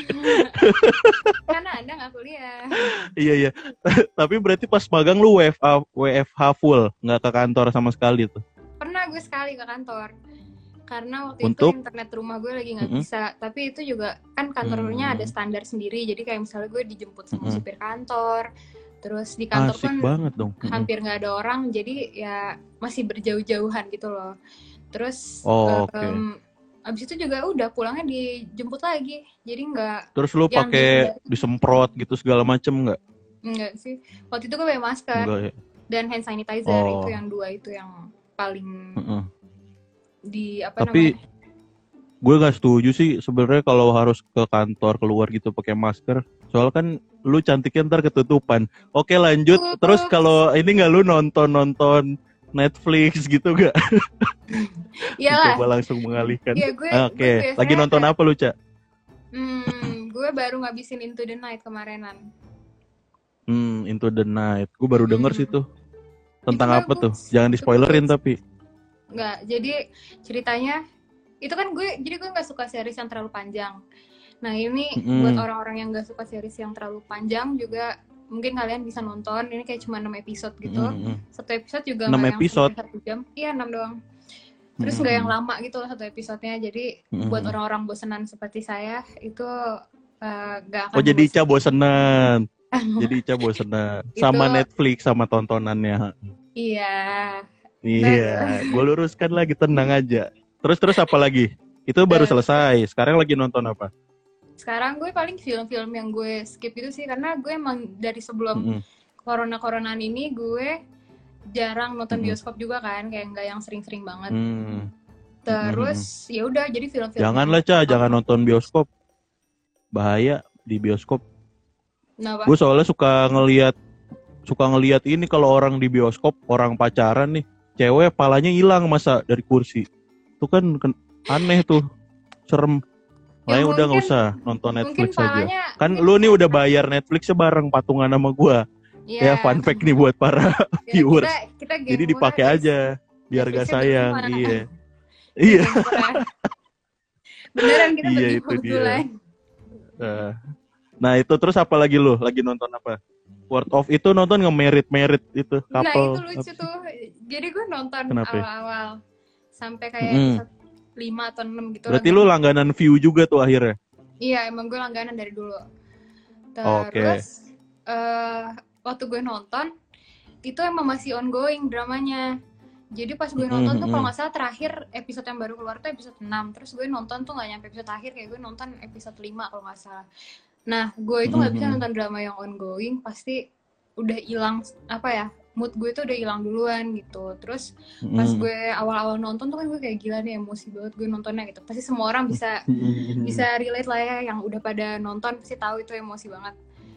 Karena anda nggak kuliah. iya iya. Tapi berarti pas magang lu W F H, W F H full, nggak ke kantor sama sekali tuh. Pernah gue sekali ke kantor. Karena waktu Untuk? itu internet rumah gue lagi nggak Mm-mm. bisa. Tapi itu juga kan kantornya Mm. ada standar sendiri. Jadi kayak misalnya gue dijemput sama Mm-mm. supir kantor. Terus di kantor Asik kan banget dong. Mm-mm. hampir nggak ada orang. Jadi ya masih berjauh-jauhan gitu loh. Terus Oh, um, oke. abis itu juga udah pulangnya dijemput lagi. Jadi nggak Terus lu yang pakai di- disemprot gitu segala macem nggak? Enggak sih. Waktu itu gue pakai masker Enggak ya. dan hand sanitizer. Oh. Itu yang dua itu yang paling Mm-mm. di apa Tapi namanya? gue nggak setuju sih sebenarnya kalau harus ke kantor keluar gitu pakai masker. Soalnya kan lu cantiknya ntar ketutupan. Oke lanjut. Ups. Terus kalau ini nggak lu nonton-nonton Netflix gitu gak? Iyalah. Coba langsung mengalihkan. Iya, gue, Oke, gue biasanya lagi nonton kayak- apa lu, Cak? Hmm, gue baru ngabisin Into the Night kemarinan. Hmm, Into the Night. Gue baru denger Hmm. sih tuh. Tentang Itu apa tuh? bagus. Jangan Itu di-spoilerin bagus. tapi. Enggak, jadi ceritanya itu kan gue, jadi gue nggak suka series yang terlalu panjang. Nah ini Mm-mm. buat orang-orang yang nggak suka series yang terlalu panjang juga mungkin kalian bisa nonton. Ini kayak cuma enam episode gitu. Mm-mm. Satu episode juga enam nggak yang episode? sampai satu jam. Iya enam doang. Terus nggak Mm-mm. yang lama gitu lah satu episodenya. Jadi Mm-mm. buat orang-orang bosenan seperti saya itu uh, nggak akan Oh jadi Ica bosen. bosenan. Jadi Ica bosenan. Sama Itu- Netflix, sama tontonannya. Iya. Iya, gue luruskan lagi, tenang aja. Terus-terus apa lagi? Itu baru Terus. selesai. Sekarang lagi nonton apa? Sekarang gue paling film-film yang gue skip itu sih karena gue emang dari sebelum Mm-mm. corona-coronaan ini gue jarang nonton Mm-mm. bioskop juga kan, kayak nggak yang sering-sering banget. Hmm. Terus ya udah jadi film-film. Janganlah, Ca, jangan nonton bioskop. Bahaya di bioskop. Kenapa? Gue soalnya suka ngelihat suka ngelihat ini kalau orang di bioskop, orang pacaran nih, cewek palanya hilang masa dari kursi. Itu kan ken- aneh tuh. Serem. Ya, Makanya udah nggak mungkin- usah nonton Mungkin Netflix aja. palanya Kan mungkin lu nih udah palanya- bayar Netflixnya bareng patungan sama gua. Iya. Ya fun fact nih buat para Ya, viewers. Kita, kita geng Jadi murah, dipakai guys. aja biar gak Netflixnya sayang. berlima. Iya. Kita Iya. geng murah. Beneran kita Iya, berlima itu dia. kebetulan. Nah, Nah, itu terus apa lagi lu? Lagi nonton apa? Word of itu nonton nge-merit-merit itu Nah couple. itu lucu tuh. Jadi gue nonton Kenapa? awal-awal sampai kayak Mm-mm. episode lima atau enam gitu. Berarti lah. lu langganan view juga tuh akhirnya. Iya emang gue langganan dari dulu. Oke. Terus eh, waktu gue nonton itu emang masih ongoing dramanya. Jadi pas gue nonton tuh Mm-mm. kalau nggak salah terakhir episode yang baru keluar tuh episode enam. Terus gue nonton tuh nggak nyampe episode akhir, kayak gue nonton episode lima kalau nggak salah. Nah gue itu nggak bisa Mm-mm. nonton drama yang ongoing, pasti udah hilang apa ya, mood gue tuh udah hilang duluan gitu. Terus pas gue awal-awal nonton tuh kan gue kayak gila nih, emosi banget gue nontonnya gitu. Pasti semua orang bisa bisa relate lah ya, yang udah pada nonton pasti tahu itu emosi banget.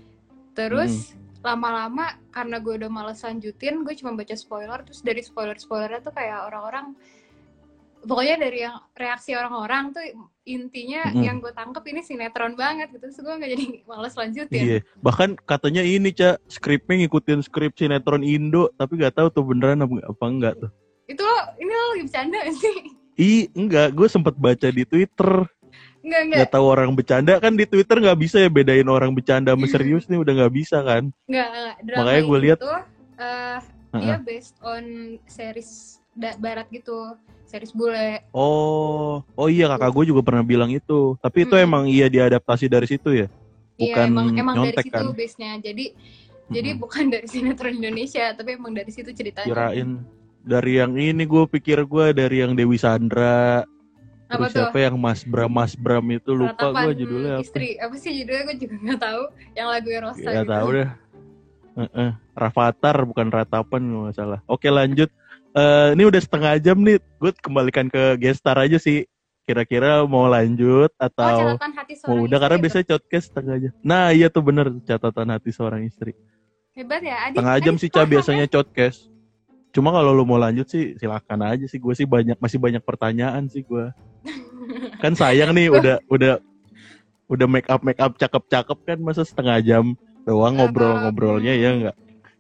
Terus mm. lama-lama karena gue udah males lanjutin, gue cuma baca spoiler. Terus dari spoiler-spoilernya tuh kayak orang-orang, pokoknya dari yang reaksi orang-orang tuh intinya mm. yang gue tangkep ini sinetron banget gitu. Terus gue gak jadi males lanjutin. Iya, bahkan katanya ini Ca, skripnya ngikutin skrip sinetron Indo, tapi gak tahu tuh beneran apa enggak tuh. Itu lo, ini lo lagi bercanda sih? Ih, enggak, gue sempet baca di Twitter. Enggak, enggak. Gak tahu orang bercanda kan di Twitter gak bisa ya bedain orang bercanda sama serius nih, udah gak bisa kan. Enggak, enggak. Drama makanya gue lihat tuh uh, dia based on series da- barat gitu. Series bule. Oh, oh iya kakak gue juga pernah bilang itu. Tapi itu hmm. emang iya diadaptasi dari situ ya? Bukan iya, emang, emang nyontek dari situ kan? base-nya. Jadi hmm. jadi bukan dari sinetron Indonesia, tapi emang dari situ ceritanya. Kirain dari yang ini, gue pikir gue dari yang Dewi Sandra. Apa terus siapa yang Mas Bram, Mas Bram itu lupa gue judulnya apa. Istri, apa sih judulnya gue juga gak tahu. Yang lagu Rosa ya, gitu. Tahu deh. Uh-uh. Rafathar bukan Ratapan nggak salah. Oke lanjut. Uh, ini udah setengah jam nih, gue kembalikan ke gestar aja sih. Kira-kira mau lanjut atau oh, mau udah karena biasanya podcast setengah jam. Nah iya tuh bener, catatan hati seorang istri. Hebat ya. Adit, setengah jam Adit, sih Ca biasanya ya? Podcast. Cuma kalau lu mau lanjut sih silakan aja sih. Gue sih banyak masih banyak pertanyaan sih gue. Kan sayang nih udah udah udah make up make up cakep-cakep kan, masa setengah jam doang ngobrol-ngobrolnya ya enggak.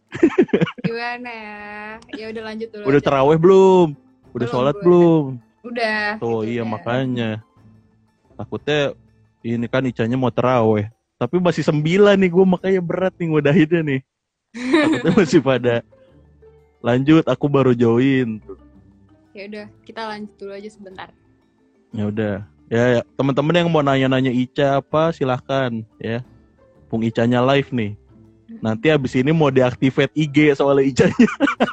Gimana ya? Ya udah lanjut dulu. Udah terawih belum? Udah belum, sholat belum? Udah. Tuh gitu iya udah. Makanya. Takutnya ini kan Icanya mau terawih. Tapi masih sembilan nih gue, makanya berat nih ngudahinnya nih. Takutnya masih pada lanjut, aku baru join. Ya udah, kita lanjut dulu aja sebentar. Ya udah. Ya, ya. Teman-teman yang mau nanya-nanya Ica apa silahkan ya. Pung Icanya live nih. Nanti abis ini mau deactivate I G soalnya Icanya.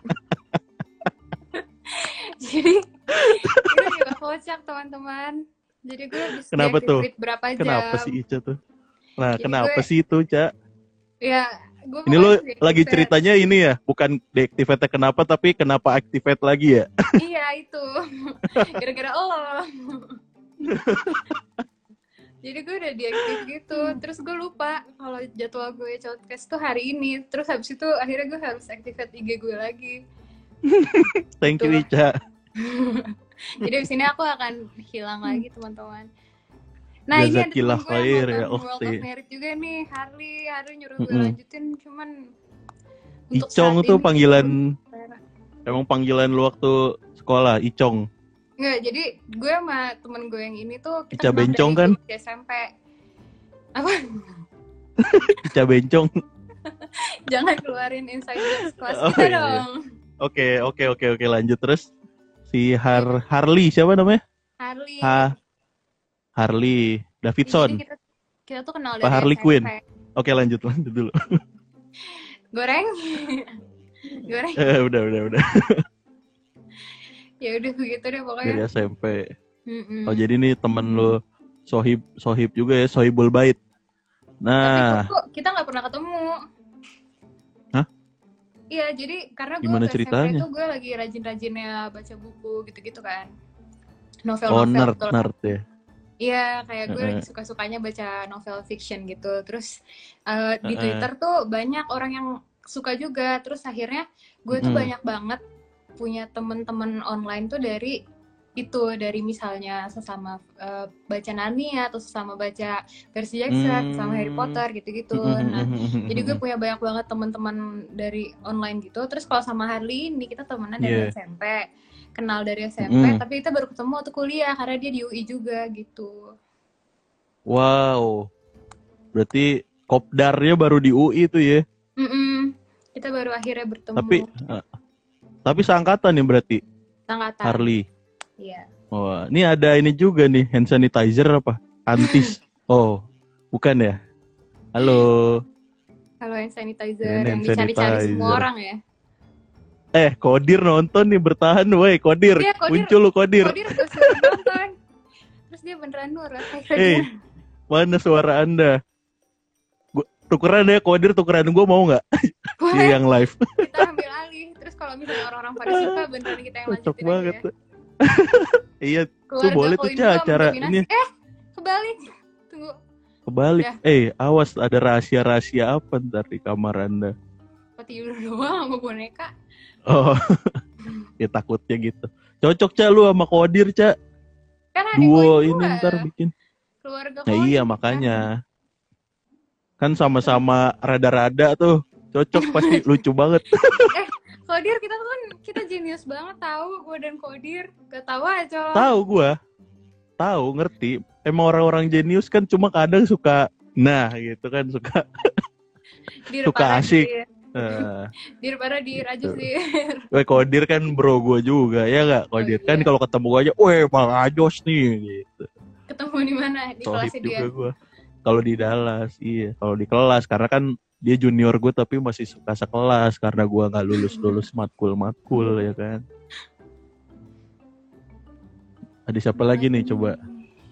Jadi itu juga kocak teman-teman. Jadi gue habis deactivate berapa jam. Kenapa sih Ica tuh? Nah jadi kenapa gue, sih itu Ca? Ya gue ini lo lagi ceritanya ini ya, bukan deactivate kenapa tapi kenapa activate lagi ya? Iya itu. Gara-gara Allah. Jadi gue udah diaktif gitu, terus gue lupa kalau jadwal gue podcast tuh hari ini. Terus habis itu akhirnya gue harus activate I G gue lagi. Thank you Ica. Jadi abis ini aku akan hilang lagi teman-teman. Nah ini ada temen gue yang ya, nonton World of Merit juga nih, Harley. Harley nyuruh gue mm-hmm. lanjutin, cuman Icong tuh panggilan, emang panggilan lu waktu sekolah, Icong. Enggak, jadi gue sama temen gue yang ini tuh kita Ica Bencong kan? S M P. Apa? Ica Bencong. Jangan keluarin insider kelas oh, kita iya. dong. Oke, oke, oke, oke, lanjut terus. Si Har Harley siapa namanya? Harley. Ha Harley Davidson. Kita, kita tuh kenal dari Pak Harley S M P. Quinn. Oke, lanjut lanjut dulu. Goreng. Goreng. Eh, udah, udah, udah. Ya udah begitu deh pokoknya. Dari S M P. Mm-mm. Oh jadi nih temen lo sohib sohib juga ya, sohibul bait. Nah. Tapi kok kita nggak pernah ketemu. Hah? Iya jadi karena gue Gimana ke ceritanya? S M P itu gue lagi rajin-rajinnya baca buku gitu-gitu kan. Novel-novel. Oh nerd betul. nerd ya. Iya kayak gue uh-uh. lagi suka-sukanya baca novel fiction gitu. Terus uh, di uh-uh. Twitter tuh banyak orang yang suka juga. Terus akhirnya gue tuh uh-uh. banyak banget punya temen-temen online tuh dari itu, dari misalnya sesama uh, baca Narnia atau sesama baca Percy Jackson, mm. sesama Harry Potter gitu-gitu. Nah, jadi gue punya banyak banget teman-teman dari online gitu. Terus kalau sama Harley ini kita temenan dari yeah. S M P, kenal dari S M P, mm. tapi kita baru ketemu waktu kuliah karena dia di U I juga gitu. Wow, berarti kopdarnya baru di U I tuh ya? Mm-mm. Kita baru akhirnya bertemu. Tapi uh, Tapi seangkatan nih berarti? Seangkatan. Harley? Iya. Oh, ini ada ini juga nih, hand sanitizer apa? Antis. Oh, bukan ya? Halo. Halo hand sanitizer, hand yang dicari-cari semua orang ya? Eh, Kodir nonton nih, bertahan woi, Kodir. Iya, Kodir. Muncul lu Kodir. Kodir gue suruh nonton. Terus dia beneran nurut. Hei, mana suara Anda? Gua, tukeran ya, Kodir tukeran gue mau nggak? Di yang live. Kita ambil alih. kalau misalnya orang-orang pada suka beneran kita yang lanjutin banget. aja ya. Iya, tuh boleh tuh Ca acara ini. Eh, kebalik. Tunggu. Kebalik. Ya. Eh, awas ada rahasia-rahasia apa ntar di kamar Anda? Apa tidur doang sama boneka? Oh. Ya takutnya gitu. Cocok Ca lu sama Kodir, Ca. Kan ada duo ini ntar bikin. Keluarga Nah, iya makanya. Kan sama-sama rada-rada tuh. Cocok pasti lucu banget. Eh, Kodir kita kan kita jenius banget tahu gue dan Kodir. Gak tahu aja. Tahu gue. Tahu, ngerti. Emang orang-orang jenius kan cuma kadang suka nah gitu kan suka suka asik. Uh, dir pada dir aja sih. Weh Kodir kan bro gue juga ya nggak Kodir oh, iya. Kan kalau ketemu gue aja, weh Bang Ajos nih gitu. Ketemu di mana? Di kelas dia. Kalau di Dallas, iya. Kalau di kelas karena kan dia junior gue tapi masih suka sekelas karena gue nggak lulus lulus matkul matkul ya kan. Ada siapa lagi nih coba?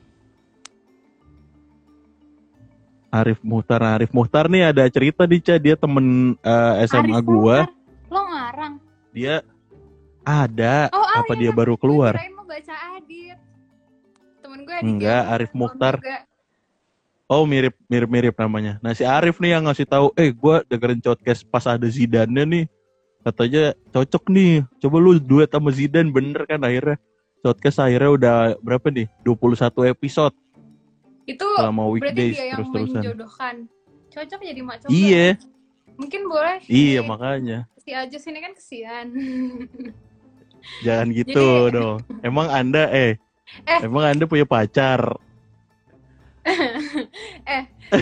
Arif Muhtar, Arif Muhtar nih ada cerita nih Ca, dia temen uh, S M A gue. Lo ngarang? Dia ada, oh, apa iya, dia baru keluar? Gue kirain mau baca Adit. Temen gue enggak, Arif Muhtar. Oh mirip mirip mirip namanya. Nah si Arif nih yang ngasih tahu, eh gue dengerin podcast pas ada Zidane nih, katanya cocok nih. Coba lu duet sama Zidane, bener kan akhirnya. Podcast akhirnya udah berapa nih? dua puluh satu episode. Itu selama weekdays berarti dia yang menjodohkan. Cocok jadi mak coba. Iya. Mungkin boleh. Iya nih, makanya. Si Ajus ini kan kesian. Jangan gitu jadi... dong. Emang Anda eh, eh emang Anda punya pacar? eh.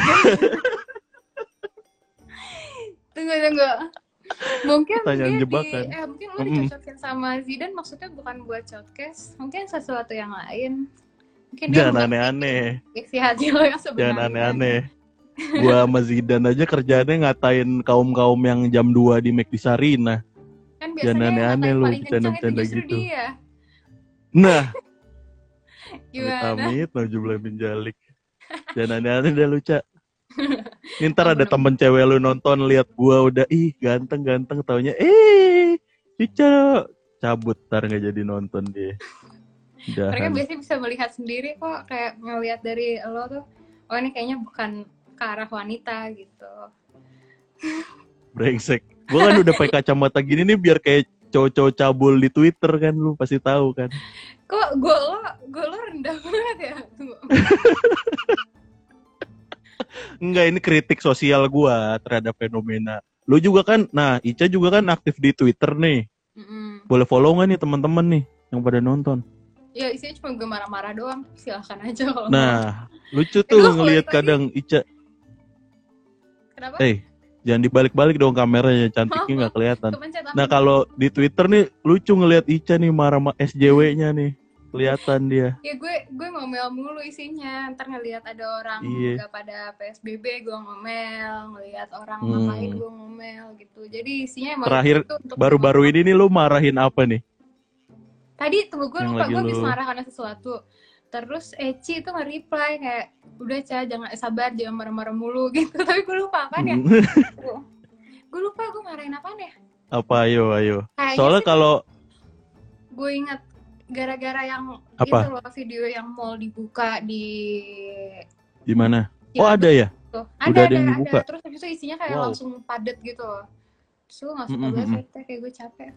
tunggu tunggu. Mmungkin dia di, eh mungkin lu mm-hmm. dicocokin sama Zidane maksudnya bukan buat podcast, mungkin sesuatu yang lain. Mungkin jangan aneh-aneh. Isi hati lo yang sebenarnya. Jangan aneh-aneh. Gua sama Zidane aja kerjaannya ngatain kaum-kaum yang jam dua di McD Sarina. Kan biasanya aneh-aneh lu bercanda-bercanda gitu. Dia. Nah. Gimana? Amit, najublah bin jalik. Jangan aneh-aneh dah lu, Ca. Ntar ada temen cewek lu nonton lihat gua udah ih ganteng-ganteng taunya eh Ica cabut ntar nggak jadi nonton dia. Dahan. Mereka biasanya bisa melihat sendiri kok kayak ngelihat dari lo tuh oh ini kayaknya bukan ke arah wanita gitu. Brengsek. Gua kan udah pakai kacamata gini nih biar kayak cowok-cowok cabul di Twitter kan lu pasti tahu kan. Kok gua lo gua lo rendah banget ya. Enggak, ini kritik sosial gua terhadap fenomena. Lu juga kan, nah Ica juga kan aktif di Twitter nih. Mm-mm. Boleh follow nggak nih teman-teman nih yang pada nonton? Ya isinya cuma gue marah-marah doang, silahkan aja kalau nah, mau. Lucu tuh eh, ngelihat kadang Ica. Kenapa? Eh, jangan dibalik-balik dong kameranya, cantiknya nggak kelihatan. Nah kalau di Twitter nih lucu ngelihat Ica nih marah sama S J W-nya nih. Kelihatan dia. Ya gue gue ngomel mulu isinya. Ntar ngelihat ada orang iya. Gak pada P S B B gue ngomel, ngelihat orang hmm. ngapain gue ngomel gitu. Jadi isinya emang terakhir baru-baru ini nih lu marahin apa nih? Tadi tunggu gue lupa gue habis marah karena sesuatu. Terus Eci itu nge-reply kayak udah Ca jangan eh, sabar jangan marah-marah mulu gitu. Tapi gue lupa apaan ya. Gue lupa gue marahin apaan ya. Apa ayo ayo. Kayaknya soalnya kalau gue ingat gara-gara yang apa? Itu loh video yang mall dibuka di di mana? Oh ada ya? Tuh. Ada, udah ada, ada yang dibuka. Ada. Terus habis itu isinya kayak wow. langsung padet gitu loh. Terus gue nggak suka mm-hmm. banget kayak gue capek.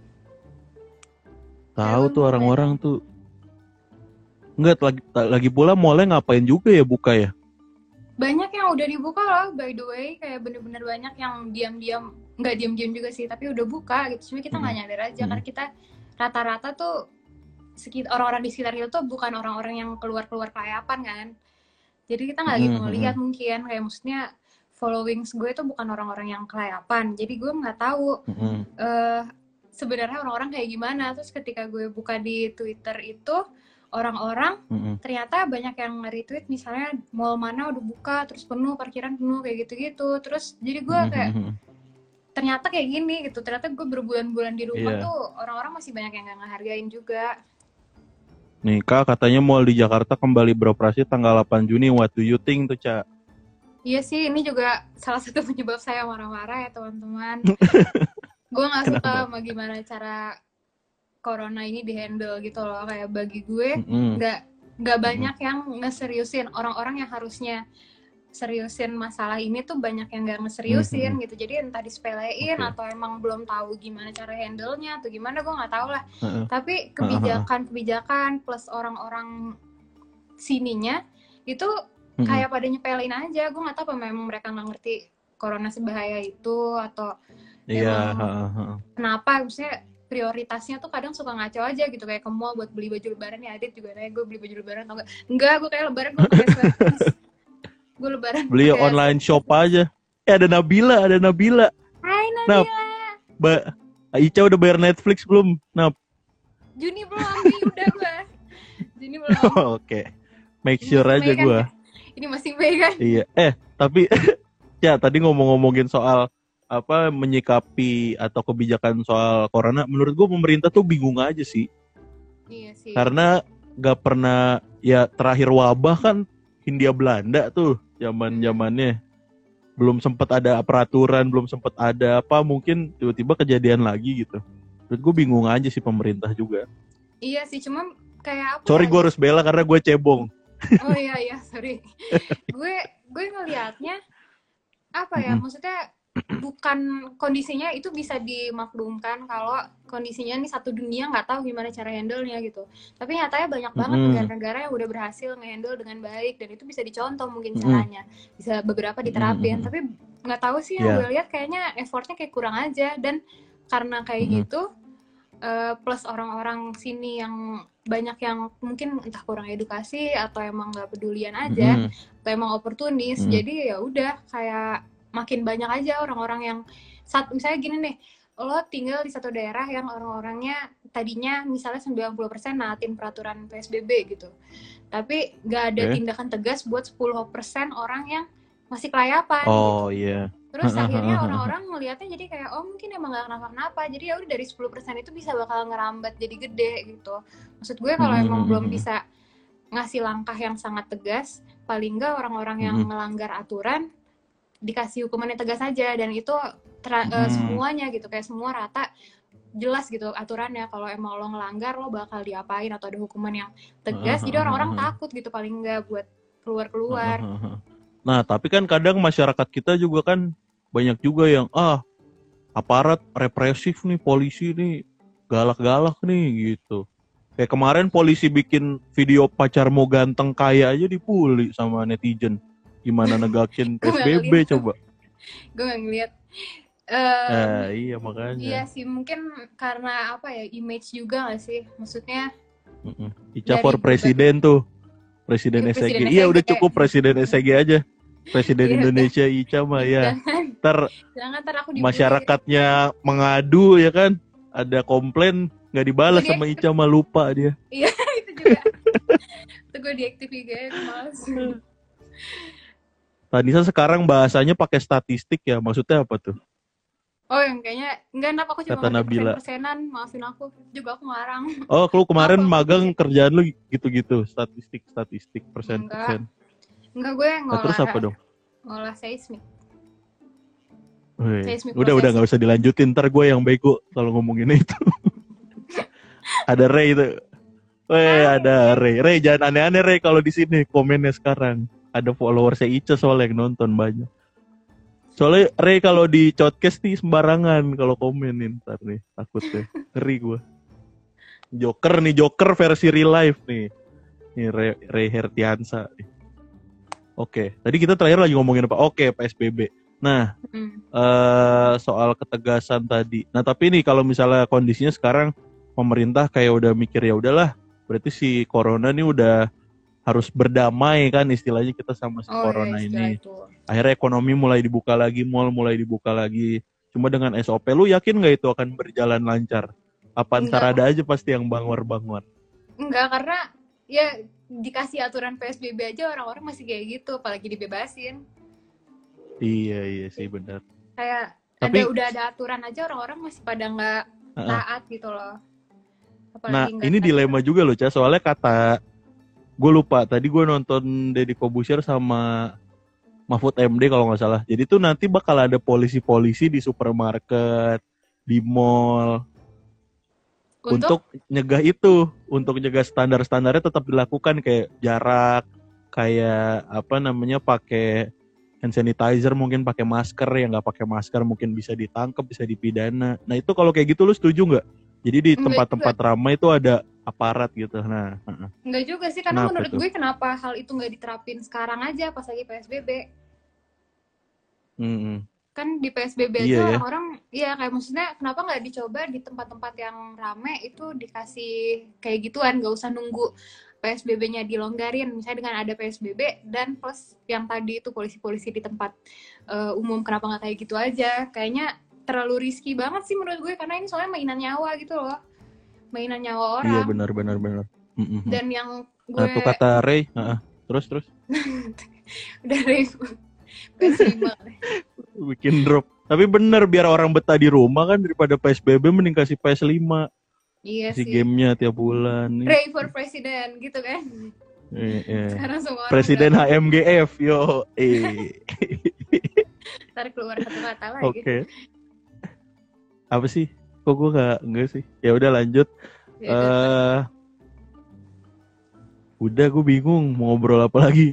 Tahu tuh orang-orang tuh. Enggak lagi lagi pula mallnya ngapain juga ya buka ya? Banyak yang udah dibuka loh by the way kayak bener-bener banyak yang diam-diam nggak diam-diam juga sih tapi udah buka gitu. Cuma kita nggak mm-hmm. nyadar aja mm-hmm. karena kita rata-rata tuh sekitar orang-orang di sekitar itu tuh bukan orang-orang yang keluar-keluar kelayapan kan. Jadi kita nggak gitu mm-hmm. ngelihat mungkin kayak maksudnya followings gue itu bukan orang-orang yang kelayapan. Jadi gue nggak tahu mm-hmm. uh, sebenarnya orang-orang kayak gimana. Terus ketika gue buka di Twitter itu orang-orang mm-hmm. ternyata banyak yang nge-retweet misalnya mall mana udah buka terus penuh parkiran penuh kayak gitu-gitu. Terus jadi gue kayak mm-hmm. ternyata kayak gini gitu. Ternyata gue berbulan-bulan di rumah yeah. tuh orang-orang masih banyak yang nggak ngehargain juga. Nih Kak, katanya mall di Jakarta kembali beroperasi tanggal delapan Juni. What do you think tuh, Ca? Iya sih, ini juga salah satu penyebab saya marah-marah ya teman-teman. gue nggak suka sama gimana cara corona ini dihandle gitu loh. Kayak bagi gue nggak mm-hmm. nggak banyak mm-hmm. yang ngeseriusin. Orang-orang yang harusnya seriusin masalah ini tuh banyak yang nggak ngeseriusin mm-hmm. gitu. Jadi entah disepelein okay. atau emang belum tahu gimana cara handle-nya atau gimana, gue nggak tahu lah. Uh-uh. Tapi kebijakan-kebijakan plus orang-orang sininya itu mm-hmm. kayak pada nyepelin aja. Gue nggak tahu apa memang mereka nggak ngerti corona sebahaya itu atau yeah. emang uh-huh. kenapa maksudnya prioritasnya tuh kadang suka ngaco aja gitu, kayak ke mall buat beli baju lebaran. Ya Adit juga nanya gue beli baju lebaran atau enggak. Enggak, gue kayak lebaran gue pakai sweatpants. Gue lebaran beli online shop aja. Eh ada Nabila, ada Nabila. Hai Nabila. Nah, Mbak Ica udah bayar Netflix belum? Nah. Juni belum, nih udah gue. Juni belum. Oh, oke. Okay. Make sure ini aja gue. Kan? Ini masih Mei kan? Iya. Eh, tapi ya tadi ngomong-ngomongin soal apa menyikapi atau kebijakan soal corona, menurut gue pemerintah tuh bingung aja sih. Iya sih. Karena gak pernah, ya terakhir wabah kan Hindia Belanda tuh zaman-zamannya. Belum sempat ada peraturan, belum sempat ada apa, mungkin tiba-tiba kejadian lagi gitu. Menurut gue bingung aja sih pemerintah juga. Iya sih, cuma kayak apa? Sorry gue harus bela karena gue cebong. Oh iya iya, sorry. gue gue ngelihatnya apa ya, mm-hmm. maksudnya bukan kondisinya itu bisa dimaklumkan kalau kondisinya nih satu dunia nggak tahu gimana cara handle-nya gitu. Tapi nyatanya banyak banget mm-hmm. negara-negara yang udah berhasil nge-handle dengan baik dan itu bisa dicontoh mungkin mm-hmm. caranya. Bisa beberapa diterapin, mm-hmm. tapi nggak tahu sih yang yeah. gue lihat kayaknya effortnya kayak kurang aja. Dan karena kayak mm-hmm. gitu uh, plus orang-orang sini yang banyak yang mungkin entah kurang edukasi atau emang nggak pedulian aja mm-hmm. atau emang oportunis, mm-hmm. jadi ya udah kayak makin banyak aja orang-orang yang saat misalnya gini nih, lo tinggal di satu daerah yang orang-orangnya tadinya misalnya sembilan puluh persen naatin peraturan P S B B gitu, tapi nggak ada okay. tindakan tegas buat sepuluh persen orang yang masih kelayapan. Oh gitu. iya. Yeah. Terus akhirnya orang-orang ngelihatnya jadi kayak oh mungkin emang nggak kenapa-kenapa, jadi ya udah dari sepuluh persen itu bisa bakal ngerambat jadi gede gitu. Maksud gue kalau emang mm-hmm. belum bisa ngasih langkah yang sangat tegas, paling nggak orang-orang yang mm-hmm. melanggar aturan dikasih hukuman yang tegas aja, dan itu tra- hmm. uh, semuanya gitu, kayak semua rata jelas gitu aturannya. Kalau emang lo ngelanggar lo bakal diapain atau ada hukuman yang tegas, uh, jadi orang-orang uh, takut gitu paling enggak buat keluar-keluar. Uh, uh, uh. Nah tapi kan kadang masyarakat kita juga kan banyak juga yang ah aparat represif nih, polisi nih galak-galak nih gitu. Kayak kemarin polisi bikin video pacarmu ganteng kaya aja dipuli sama netizen. Gimana negakin P S B B coba? Gue gak ngeliat. Um, eh, iya makanya. Iya sih, mungkin karena apa ya, image juga gak sih? Maksudnya uh-uh. Ica for presiden tuh. Presiden ya, S E G. Iya udah cukup kayak... presiden S E G aja. Presiden Indonesia Ica mah ya. Ntar, jangan, ntar aku masyarakatnya mengadu ya kan. Ada komplain gak dibalas sama Ica mah, lupa dia. Iya itu juga. Itu gue diaktif I G mas. Tanisa sekarang bahasanya pakai statistik ya, maksudnya apa tuh? Oh yang kayaknya enggak, kenapa aku cuma pakai persenan, maafin aku juga, aku ngarang. Oh lu kemarin apa, magang aku kerjaan lu gitu-gitu, statistik statistik persen persen. Enggak, gue ngolah. Nah, terus apa dong? Ngolah seismik. Wih, seismik udah proses. Udah nggak usah dilanjutin, ntar gue yang bego kalau ngomongin itu. Ada Ray itu. Weh ada Ray, Ray jangan aneh-aneh Ray kalau di sini komennya sekarang. Ada followersnya Ica soalnya yang nonton banyak. Soalnya Ray kalau di podcast nih sembarangan kalau komenin, ntar nih takut deh, ngeri gue. Joker nih, Joker versi real life nih. Nih Ray, Ray Hertiansa. Oke, tadi kita terakhir lagi ngomongin apa? Oke, P S B B. Nah, mm. uh, soal ketegasan tadi. Nah tapi nih kalau misalnya kondisinya sekarang pemerintah kayak udah mikir ya udahlah, berarti si corona nih udah harus berdamai kan istilahnya kita sama si oh, corona ya, ini. Itu. Akhirnya ekonomi mulai dibuka lagi, mall mulai dibuka lagi. Cuma dengan S O P, lu yakin nggak itu akan berjalan lancar? Apa ntar ada aja pasti yang bangor-bangor? Enggak, karena ya dikasih aturan P S B B aja orang-orang masih kayak gitu, apalagi dibebasin. Iya iya sih benar. Kayak Tapi, ada udah ada aturan aja orang-orang masih pada nggak uh-uh. taat gitu loh. Apalagi nah ini dilema juga loh Ca, soalnya kata gue lupa, tadi gue nonton Deddy Corbuzier sama Mahfud M D kalau nggak salah. Jadi tuh nanti bakal ada polisi-polisi di supermarket, di mall. Untuk? Untuk nyegah itu, untuk nyegah standar-standarnya tetap dilakukan kayak jarak, kayak apa namanya pakai hand sanitizer, mungkin pakai masker, yang nggak pakai masker mungkin bisa ditangkap, bisa dipidana. Nah itu kalau kayak gitu lu setuju nggak? Jadi di tempat-tempat ramai itu ada aparat gitu. Nah, enggak juga sih, karena kenapa menurut itu? Gue kenapa hal itu nggak diterapin sekarang aja pas lagi P S B B? Hmm. Kan di P S B B iya, aja ya? orang-orang, ya kayak maksudnya kenapa nggak dicoba di tempat-tempat yang rame itu dikasih kayak gituan, nggak usah nunggu P S B B-nya dilonggarin, misalnya dengan ada P S B B dan plus yang tadi itu polisi-polisi di tempat uh, umum, kenapa nggak kayak gitu aja? Kayaknya terlalu risky banget sih menurut gue, karena ini soalnya mainan nyawa gitu loh, mainan nyawa orang. Iya benar benar benar. Mm-hmm. Dan yang gue nah, tuh kata Ray, uh-uh. terus terus. Udah Ray P S lima bikin drop. Tapi bener, biar orang betah di rumah kan daripada P S B B mending kasih P S lima. Iya kasih sih. Gamenya tiap bulan. Ray for President gitu kan. Eh, eh. Sekarang semua Presiden H M G F yo. Eh. Ntar keluar satu kata lagi. Oke. Okay. Apa sih? Kok gue gak enggak sih? Ya udah lanjut. Ya, uh, udah gue bingung mau ngobrol apa lagi.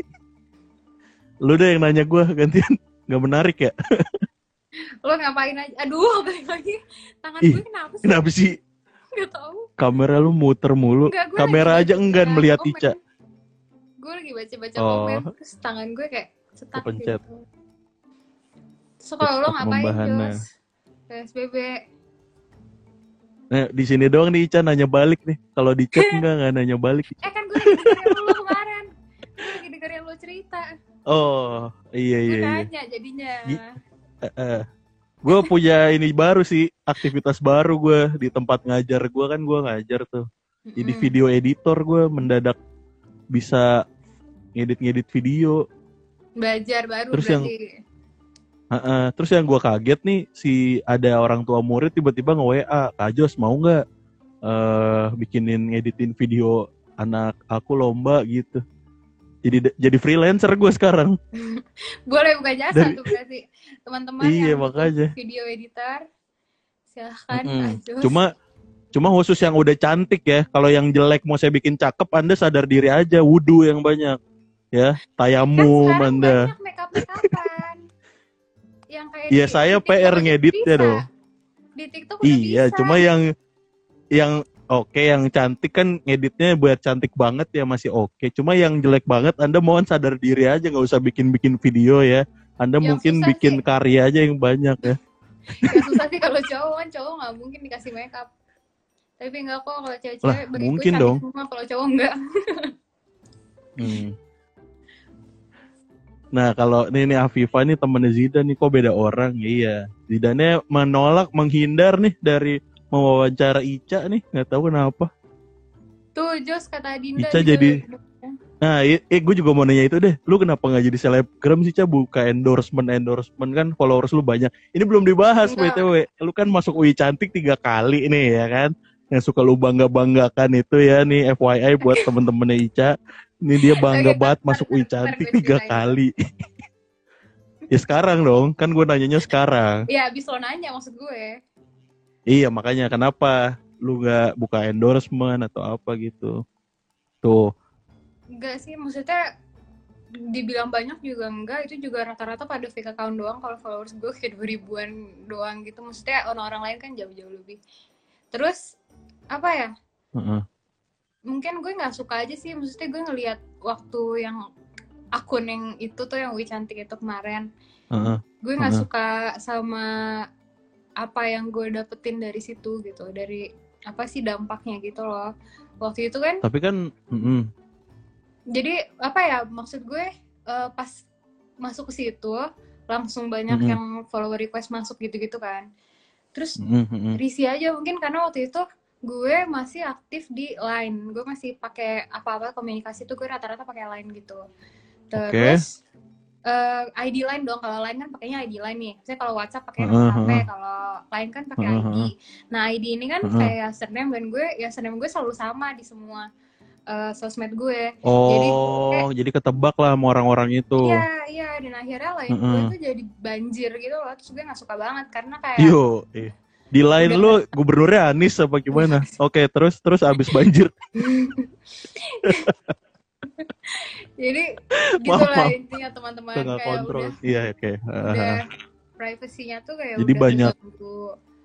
Lu deh yang nanya gue gantian. Gak menarik ya? Lo ngapain aja? Aduh, balik lagi. Tangan Ih, gue kenapa sih? Kenapa sih? Gak tahu. Kamera lu muter mulu. Enggak, kamera aja enggan melihat komen. Ica. Gue lagi baca-baca oh. komen, terus tangan gue kayak cetak kepencet. Gitu. So kalau lo ngapain, Jos? P S B B. Nah, di sini doang nih Ica nanya balik nih. Kalau di chat enggak enggak nanya balik. Eh kan gue lagi dengerin lo kemarin. Gue lagi dengerin lo cerita. Oh, iya iya. Gue nanya jadinya. Uh, uh. Gue punya ini baru sih, aktivitas baru gue di tempat ngajar gue kan gue ngajar tuh. Mm-hmm. Jadi video editor gue mendadak bisa ngedit-ngedit video. Belajar baru terus berarti. Yang, uh, uh, terus yang gue kaget nih, si ada orang tua murid tiba-tiba nge-W A, Kak Jos mau nggak uh, bikinin ngeditin video anak aku lomba gitu. Jadi jadi freelancer gue sekarang. Boleh buka jasa Dari, tuh berarti teman-teman iya, yang makanya. video editor silahkan. Mm-hmm. Cuma cuma khusus yang udah cantik ya. Kalau yang jelek mau saya bikin cakep, Anda sadar diri aja, wudu yang banyak ya, tayamum kan Anda. Banyak make-up make-upan. Yang kayak iya, saya P R ngeditnya dong. Di TikTok udah iya, bisa. Cuma yang yang oke, okay, yang cantik kan ngeditnya buat cantik banget ya masih oke. Okay. Cuma yang jelek banget Anda mohon sadar diri aja, nggak usah bikin-bikin video ya. Anda yang mungkin bikin sih. Karya aja yang banyak ya. Yang susah sih kalau cowok kan, cowok nggak mungkin dikasih makeup. Tapi enggak kok kalau cewek-cewek bagi mungkin gue dong. Semua, kalau cowok enggak. hmm. Nah kalau ini nih Afifah nih temennya Zidan nih, kok beda orang? Iya, Zidannya menolak, menghindar nih dari mewawancara Ica nih, nggak tahu kenapa. Tuh Jos kata Dinda Ica jadi nah eh, eh gue juga mau nanya itu deh, lu kenapa nggak jadi selebgram sih Ca, buka endorsement endorsement kan followers lu banyak. Ini belum dibahas B T W, lu kan masuk U I Cantik tiga kali nih ya kan, yang suka lu bangga banggakan itu ya nih F Y I buat temen-temennya Ica. Ini dia bangga banget masuk U I Cantik tiga kali. Ya sekarang dong, kan gue nanyanya sekarang. Iya abis lo nanya maksud gue. Iya makanya kenapa lu gak buka endorsement atau apa gitu. Tuh. Enggak sih, maksudnya dibilang banyak juga enggak, itu juga rata-rata pada fake account doang. Kalau followers gue kayak dua ribuan doang gitu. Maksudnya orang-orang lain kan jauh-jauh lebih. Terus apa ya? Uh-uh. Mungkin gue gak suka aja sih, maksudnya gue ngelihat waktu yang akun yang itu tuh yang Wi Cantik itu kemarin. Uh-uh. Gue gak uh-uh. suka sama apa yang gue dapetin dari situ gitu, dari apa sih dampaknya gitu loh waktu itu kan. Tapi kan mm-hmm. jadi apa ya, maksud gue uh, pas masuk ke situ langsung banyak mm-hmm. yang follower request masuk gitu-gitu kan, terus mm-hmm. risih aja mungkin karena waktu itu gue masih aktif di Line, gue masih pakai apa-apa komunikasi tuh gue rata-rata pakai Line gitu. Terus okay. Uh, I D Line dong, kalau Line kan pakainya I D Line nih. Misalnya kalau WhatsApp pakai nomor uh-huh. H P, kalau Line kan pakai uh-huh. I D. Nah I D ini kan uh-huh. kayak username dan gue, ya username gue selalu sama di semua uh, sosmed gue. Oh, jadi, kayak, jadi ketebak lah sama orang-orang itu. Iya, iya. Dan akhirnya Line uh-huh. gue tuh jadi banjir gitu loh. Terus gue nggak suka banget karena kayak. Yo, eh. Di lain lu gubernurnya Anies apa gimana? Oke, terus terus abis banjir. Jadi gitulah intinya teman-teman, kayak kontrol. Udah iya oke okay. Udah privasinya tuh kayak jadi udah banyak terganggu.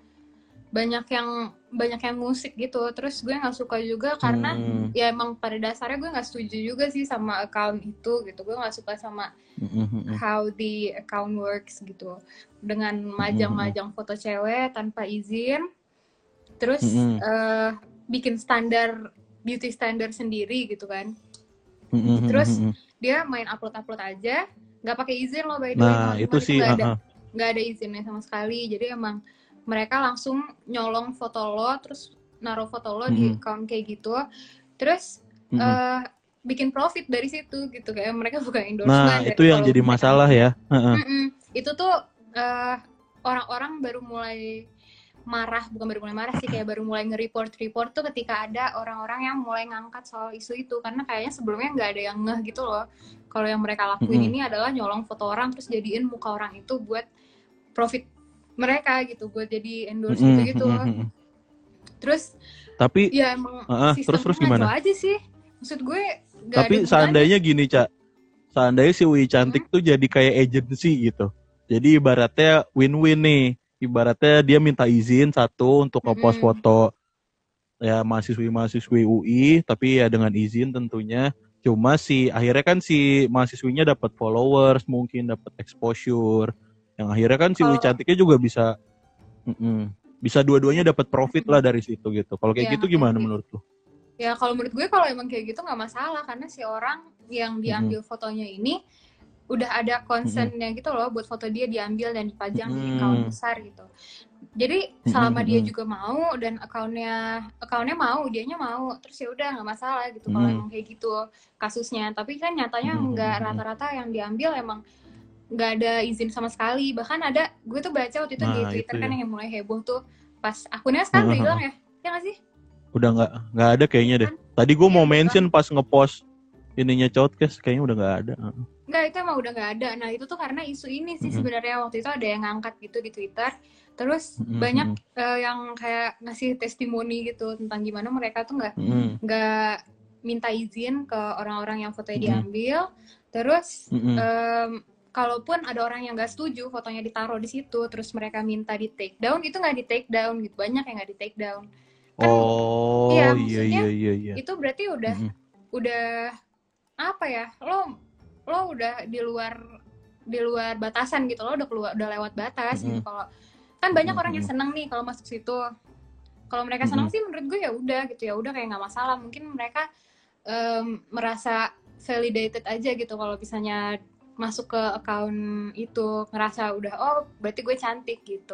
Banyak yang banyak yang musik gitu. Terus gue nggak suka juga karena hmm. ya emang pada dasarnya gue nggak setuju juga sih sama account itu gitu. Gue nggak suka sama mm-hmm. how the account works gitu, dengan majang-majang foto cewek tanpa izin, terus mm-hmm. uh, bikin standar beauty standar sendiri gitu kan. Mm-hmm. Terus dia main upload-upload aja, nggak pakai izin loh by the way. Nah itu sih nggak uh-uh. ada nggak ada izinnya sama sekali. Jadi emang mereka langsung nyolong foto lo, terus naruh foto lo mm-hmm. di account kayak gitu, terus mm-hmm. uh, bikin profit dari situ gitu, kayak mereka bukan endorsement. Nah itu yang jadi masalah ya. Uh-uh. Itu tuh uh, orang-orang baru mulai marah, bukan baru mulai marah sih, kayak baru mulai nge-report-report tuh ketika ada orang-orang yang mulai ngangkat soal isu itu, karena kayaknya sebelumnya nggak ada yang ngeh gitu loh. Kalau yang mereka lakuin mm-hmm. ini adalah nyolong foto orang terus jadiin muka orang itu buat profit mereka gitu, buat jadi endorse mm-hmm. gitu-gitu. Terus tapi ya emang uh, terus terus gimana aja sih, maksud gue gak tapi seandainya gini Cak, seandainya si Wi Cantik hmm? tuh jadi kayak agency gitu, jadi ibaratnya win-win nih, ibaratnya dia minta izin satu untuk ngepost hmm. foto ya mahasiswi-mahasiswi U I, tapi ya dengan izin tentunya. Cuma si akhirnya kan si mahasiswinya dapat followers, mungkin dapat exposure, yang akhirnya kan si oh. Wi Cantiknya juga bisa mm-mm. bisa dua-duanya dapat profit lah dari situ gitu. Kalau kayak ya, gitu gimana gitu. Menurut lo? Ya kalau menurut gue kalau emang kayak gitu nggak masalah, karena si orang yang diambil mm-hmm. fotonya ini udah ada concernnya mm-hmm. gitu loh buat foto dia diambil dan dipajang mm-hmm. di account besar gitu. Jadi selama mm-hmm. dia juga mau dan akunnya akunnya mau, dianya mau, terus ya udah nggak masalah gitu mm-hmm. kalau emang kayak gitu kasusnya. Tapi kan nyatanya mm-hmm. nggak rata-rata yang diambil emang nggak ada izin sama sekali. Bahkan ada, gue tuh baca waktu itu nah, di Twitter kan ya. Yang mulai heboh tuh pas akunnya sekarang uh-huh. udah hilang ya, ya nggak sih? Udah nggak nggak ada kayaknya deh. Tadi gue ya, mau mention pas ngepost ininya Podcast, kayaknya udah nggak ada. Nggak, itu emang udah nggak ada. Nah itu tuh karena isu ini sih uh-huh. sebenarnya waktu itu ada yang ngangkat gitu di Twitter. Terus uh-huh. banyak uh, yang kayak ngasih testimoni gitu tentang gimana mereka tuh nggak nggak uh-huh. minta izin ke orang-orang yang fotonya uh-huh. diambil. Terus uh-huh. um, kalaupun ada orang yang nggak setuju fotonya ditaruh di situ, terus mereka minta di take down, itu nggak di take down gitu, banyak yang nggak di take down. Kan, oh ya, iya iya iya iya. Itu berarti udah mm-hmm. udah apa ya? Lo lo udah di luar di luar batasan gitu, lo udah keluar udah lewat batas mm-hmm. gitu. Kalau kan banyak mm-hmm. orang yang seneng nih kalau masuk situ. Kalau mereka seneng mm-hmm. sih menurut gue ya udah gitu, ya udah kayak nggak masalah. Mungkin mereka um, merasa validated aja gitu kalau misalnya masuk ke account itu, ngerasa udah oh berarti gue cantik gitu.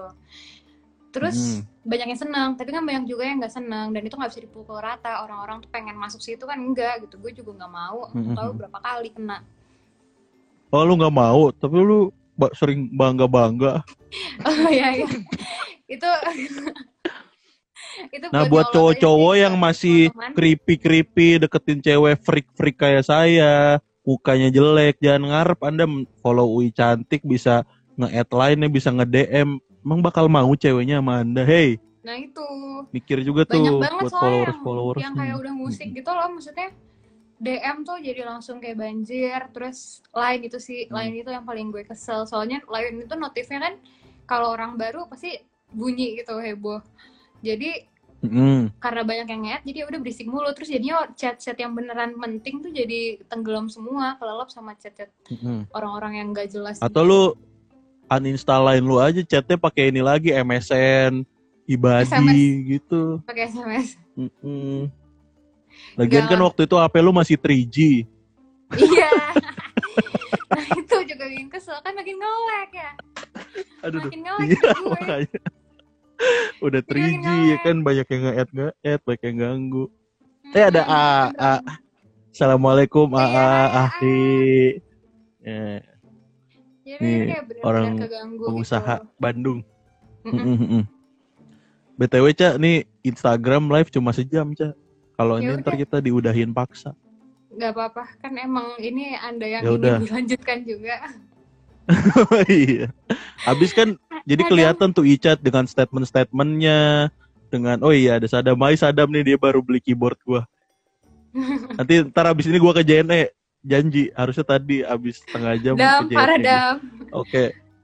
Terus hmm. banyak yang senang, tapi kan banyak juga yang nggak senang, dan itu nggak bisa dipukul rata. Orang-orang tuh pengen masuk situ kan enggak gitu. Gue juga nggak mau. Hmm. Tahu berapa kali kena. Oh lu nggak mau, tapi lu sering bangga bangga. Oh iya iya. Itu itu nah buat cowok-cowok yang masih creepy creepy deketin cewek freak freak kayak saya, mukanya jelek, jangan ngarep Anda follow Wi Cantik bisa nge-add line-nya, bisa nge-D M. Emang bakal mau ceweknya sama Anda? Hey. Nah itu. Mikir juga tuh buat followers-followers. Yang, yang kayak udah musik gitu loh, maksudnya D M tuh jadi langsung kayak banjir. Terus line itu sih, line itu yang paling gue kesel. Soalnya line itu notifnya kan kalau orang baru pasti bunyi gitu, heboh. Jadi Mm. karena banyak yang nge-add, jadi udah berisik mulu. Terus jadinya chat-chat yang beneran penting tuh jadi tenggelam semua, kelelep sama chat-chat mm. orang-orang yang gak jelas. Atau gitu. Lu uninstall-in lu aja chatnya pakai ini lagi, M S N, Ibadi S M S. Gitu. Pakai S M S. Mm-mm. Lagian gak. Kan waktu itu H P lu masih tiga G. Iya. Nah itu juga bikin kesel, kan makin nge-lag ya. Aduh, makin nge-lag iya, gue. Makanya. Udah tiga G ya kan, banyak yang nge-add nge-add, banyak yang ganggu. Hmm, eh ada A, A. Assalamualaikum A A Ahli. Ya. Ya, nih orang pengusaha gitu. Bandung. Mm-mm. B T W Cak, nih Instagram live cuma sejam Cak. Kalau ini ntar kita diudahin paksa. Gak apa-apa, kan emang ini Anda yang Yaudah. Ingin dilanjutkan juga. Iya. Habis kan Jadi Sadam. Kelihatan tuh Ica dengan statement-statementnya, dengan oh iya ada Sadam, Mai Sadam nih dia baru beli keyboard gua. Nanti ntar abis ini gua ke J N E, janji harusnya tadi abis setengah jam Dam, ke J N E. Parah Dam. Oke.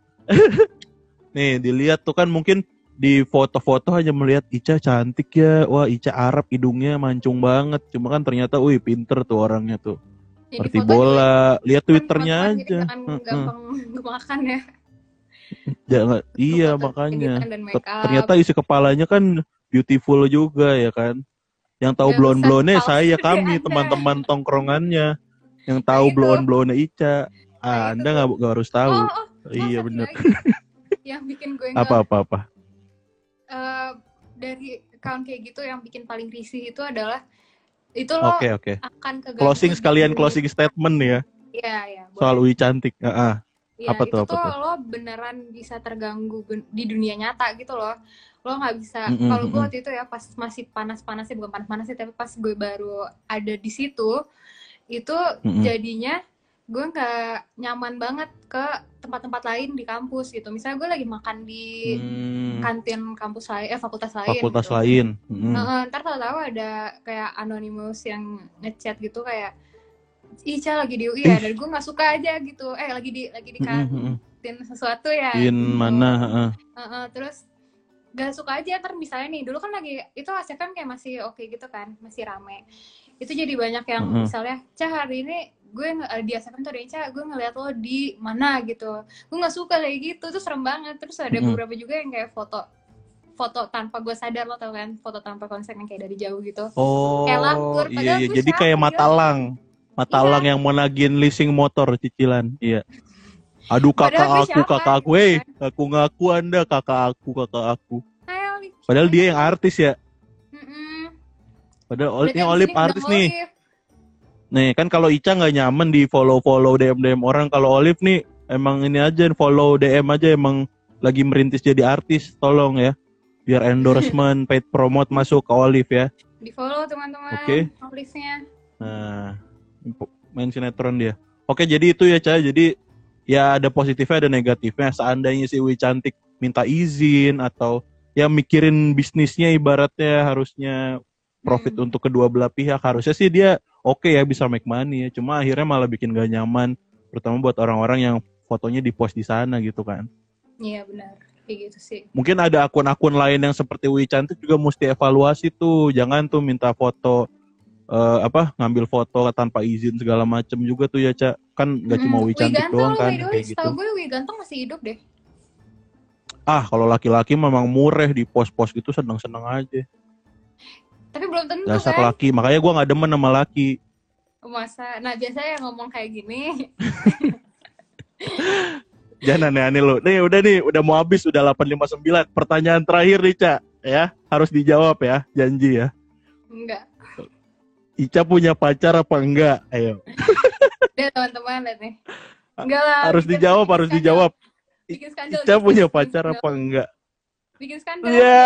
Nih dilihat tuh kan mungkin di foto-foto hanya melihat Ica cantik ya, wah Ica Arab hidungnya mancung banget. Cuma kan ternyata, wih pinter tuh orangnya tuh. Seperti bola, lihat Twitternya kan aja. Jangan gampang makan ya. Jangan, iya makanya. Ternyata isi kepalanya kan beautiful juga ya kan. Yang tahu blon-blonnya saya kami teman-teman tongkrongannya. Yang tahu blon-blonnya Ica. Ah, Anda nggak nggak harus tahu. Oh, oh, iya benar. Yang bikin gue apa apa apa. Uh, dari account kayak gitu yang bikin paling risih itu adalah itu lo okay, okay. akan keganggu. Closing sekalian closing statement ya. Iya iya. Soal Ui cantik. Uh-uh. Ya, apa itu tuh, tuh apa tuh? Lo beneran bisa terganggu di dunia nyata gitu loh. Lo nggak bisa. Mm-hmm. Kalau gue waktu itu ya pas masih panas-panasnya, bukan panas-panasnya tapi pas gue baru ada di situ, itu mm-hmm. jadinya gue nggak nyaman banget ke tempat-tempat lain di kampus gitu. Misalnya gue lagi makan di hmm. kantin kampus lain, eh fakultas lain. Fakultas gitu. lain. Hmm. Uh, ntar tahu-tahu ada kayak anonymous yang ngechat gitu kayak Ica lagi di U I ya, dan gue nggak suka aja gitu. Eh lagi di lagi di kantin sesuatu ya. Di gitu. Mana? Uh. Uh, uh, terus gak suka aja. Ntar misalnya nih, dulu kan lagi itu A S F M kayak masih oke okay gitu kan, masih rame. Itu jadi banyak yang uh-huh. misalnya, Ca hari ini gue uh, di A S F M tuh ada Ca, gue ngeliat lo di mana gitu. Gue nggak suka kayak gitu, tuh serem banget. Terus ada uh-huh. beberapa juga yang kayak foto foto tanpa gue sadar, lo tau kan, foto tanpa konsep yang kayak dari jauh gitu. Oh, kayak langkur, iya, iya. Jadi kayak matalang. Matalang iya. Yang mau nagin leasing motor cicilan, iya. Aduh kakak aku, siapa, kakak aku, eh, aku ngaku Anda kakak aku, kakak aku. Ayo, padahal dia yang artis ya. Mm-mm. Padahal ini Olive artis nih. Olive. Nih kan kalau Ica nggak nyaman di follow-follow D M D M orang, kalau Olive nih emang ini aja follow D M aja, emang lagi merintis jadi artis, tolong ya. Biar endorsement, paid promote masuk ke Olive ya. Di follow teman-teman. Oke. Okay. Olive-nya. Nah. Main sinetron dia. Oke, jadi itu ya, Ca. Jadi ya ada positifnya, ada negatifnya. Seandainya si Ui cantik minta izin atau ya mikirin bisnisnya, ibaratnya harusnya profit hmm. untuk kedua belah pihak, harusnya sih dia oke okay ya, bisa make money ya. Cuma akhirnya malah bikin gak nyaman, terutama buat orang-orang yang fotonya di post di sana gitu kan. Iya benar, kayak gitu sih. Mungkin ada akun-akun lain yang seperti Ui cantik juga mesti evaluasi tuh. Jangan tuh minta foto Uh, apa ngambil foto tanpa izin segala macem juga tuh ya, Ca. Kan nggak hmm, cuma Wi cantik doang kan kayak gitu. Setahu gue Wi ganteng masih hidup deh. Ah, kalau laki-laki memang mureh di pos-pos gitu, seneng-seneng aja. Tapi belum tentu dasar kan. Laki, makanya gue nggak demen sama laki. Masa, nah biasanya yang ngomong kayak gini. Jangan aneh-aneh lo. Nih udah nih, udah mau habis, udah delapan lima puluh sembilan. Pertanyaan terakhir nih, Ca, ya. Harus dijawab ya, janji ya. Enggak. Ica punya pacar apa enggak? Ayo. Deh teman-teman, lihat nih. Enggak lah. Harus dijawab, harus skandal. dijawab. Bikin skandal. Ica punya pacar apa enggak? Bikin skandal. Iya.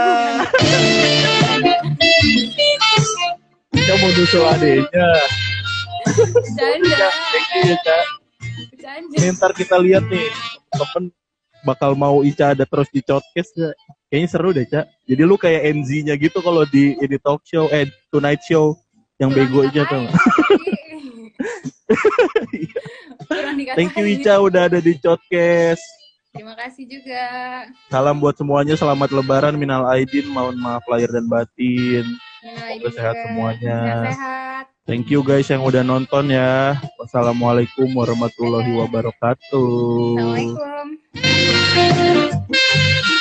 Ica mau nyusul adeknya. Bercanda. Ini ntar kita lihat nih, temen bakal mau Ica ada terus di podcast gak? Kayaknya seru deh, Ca. Jadi lu kayak N Z-nya gitu kalau di ini talk show, eh Tonight Show. Yang bego aja tuh. Thank you Ica udah ada di podcast. Terima kasih juga. Salam buat semuanya, selamat lebaran, minal aidin, mohon maaf lahir dan batin. Semoga sehat semuanya. Sehat. Thank you guys yang udah nonton ya. Wassalamualaikum warahmatullahi wabarakatuh. Assalamualaikum.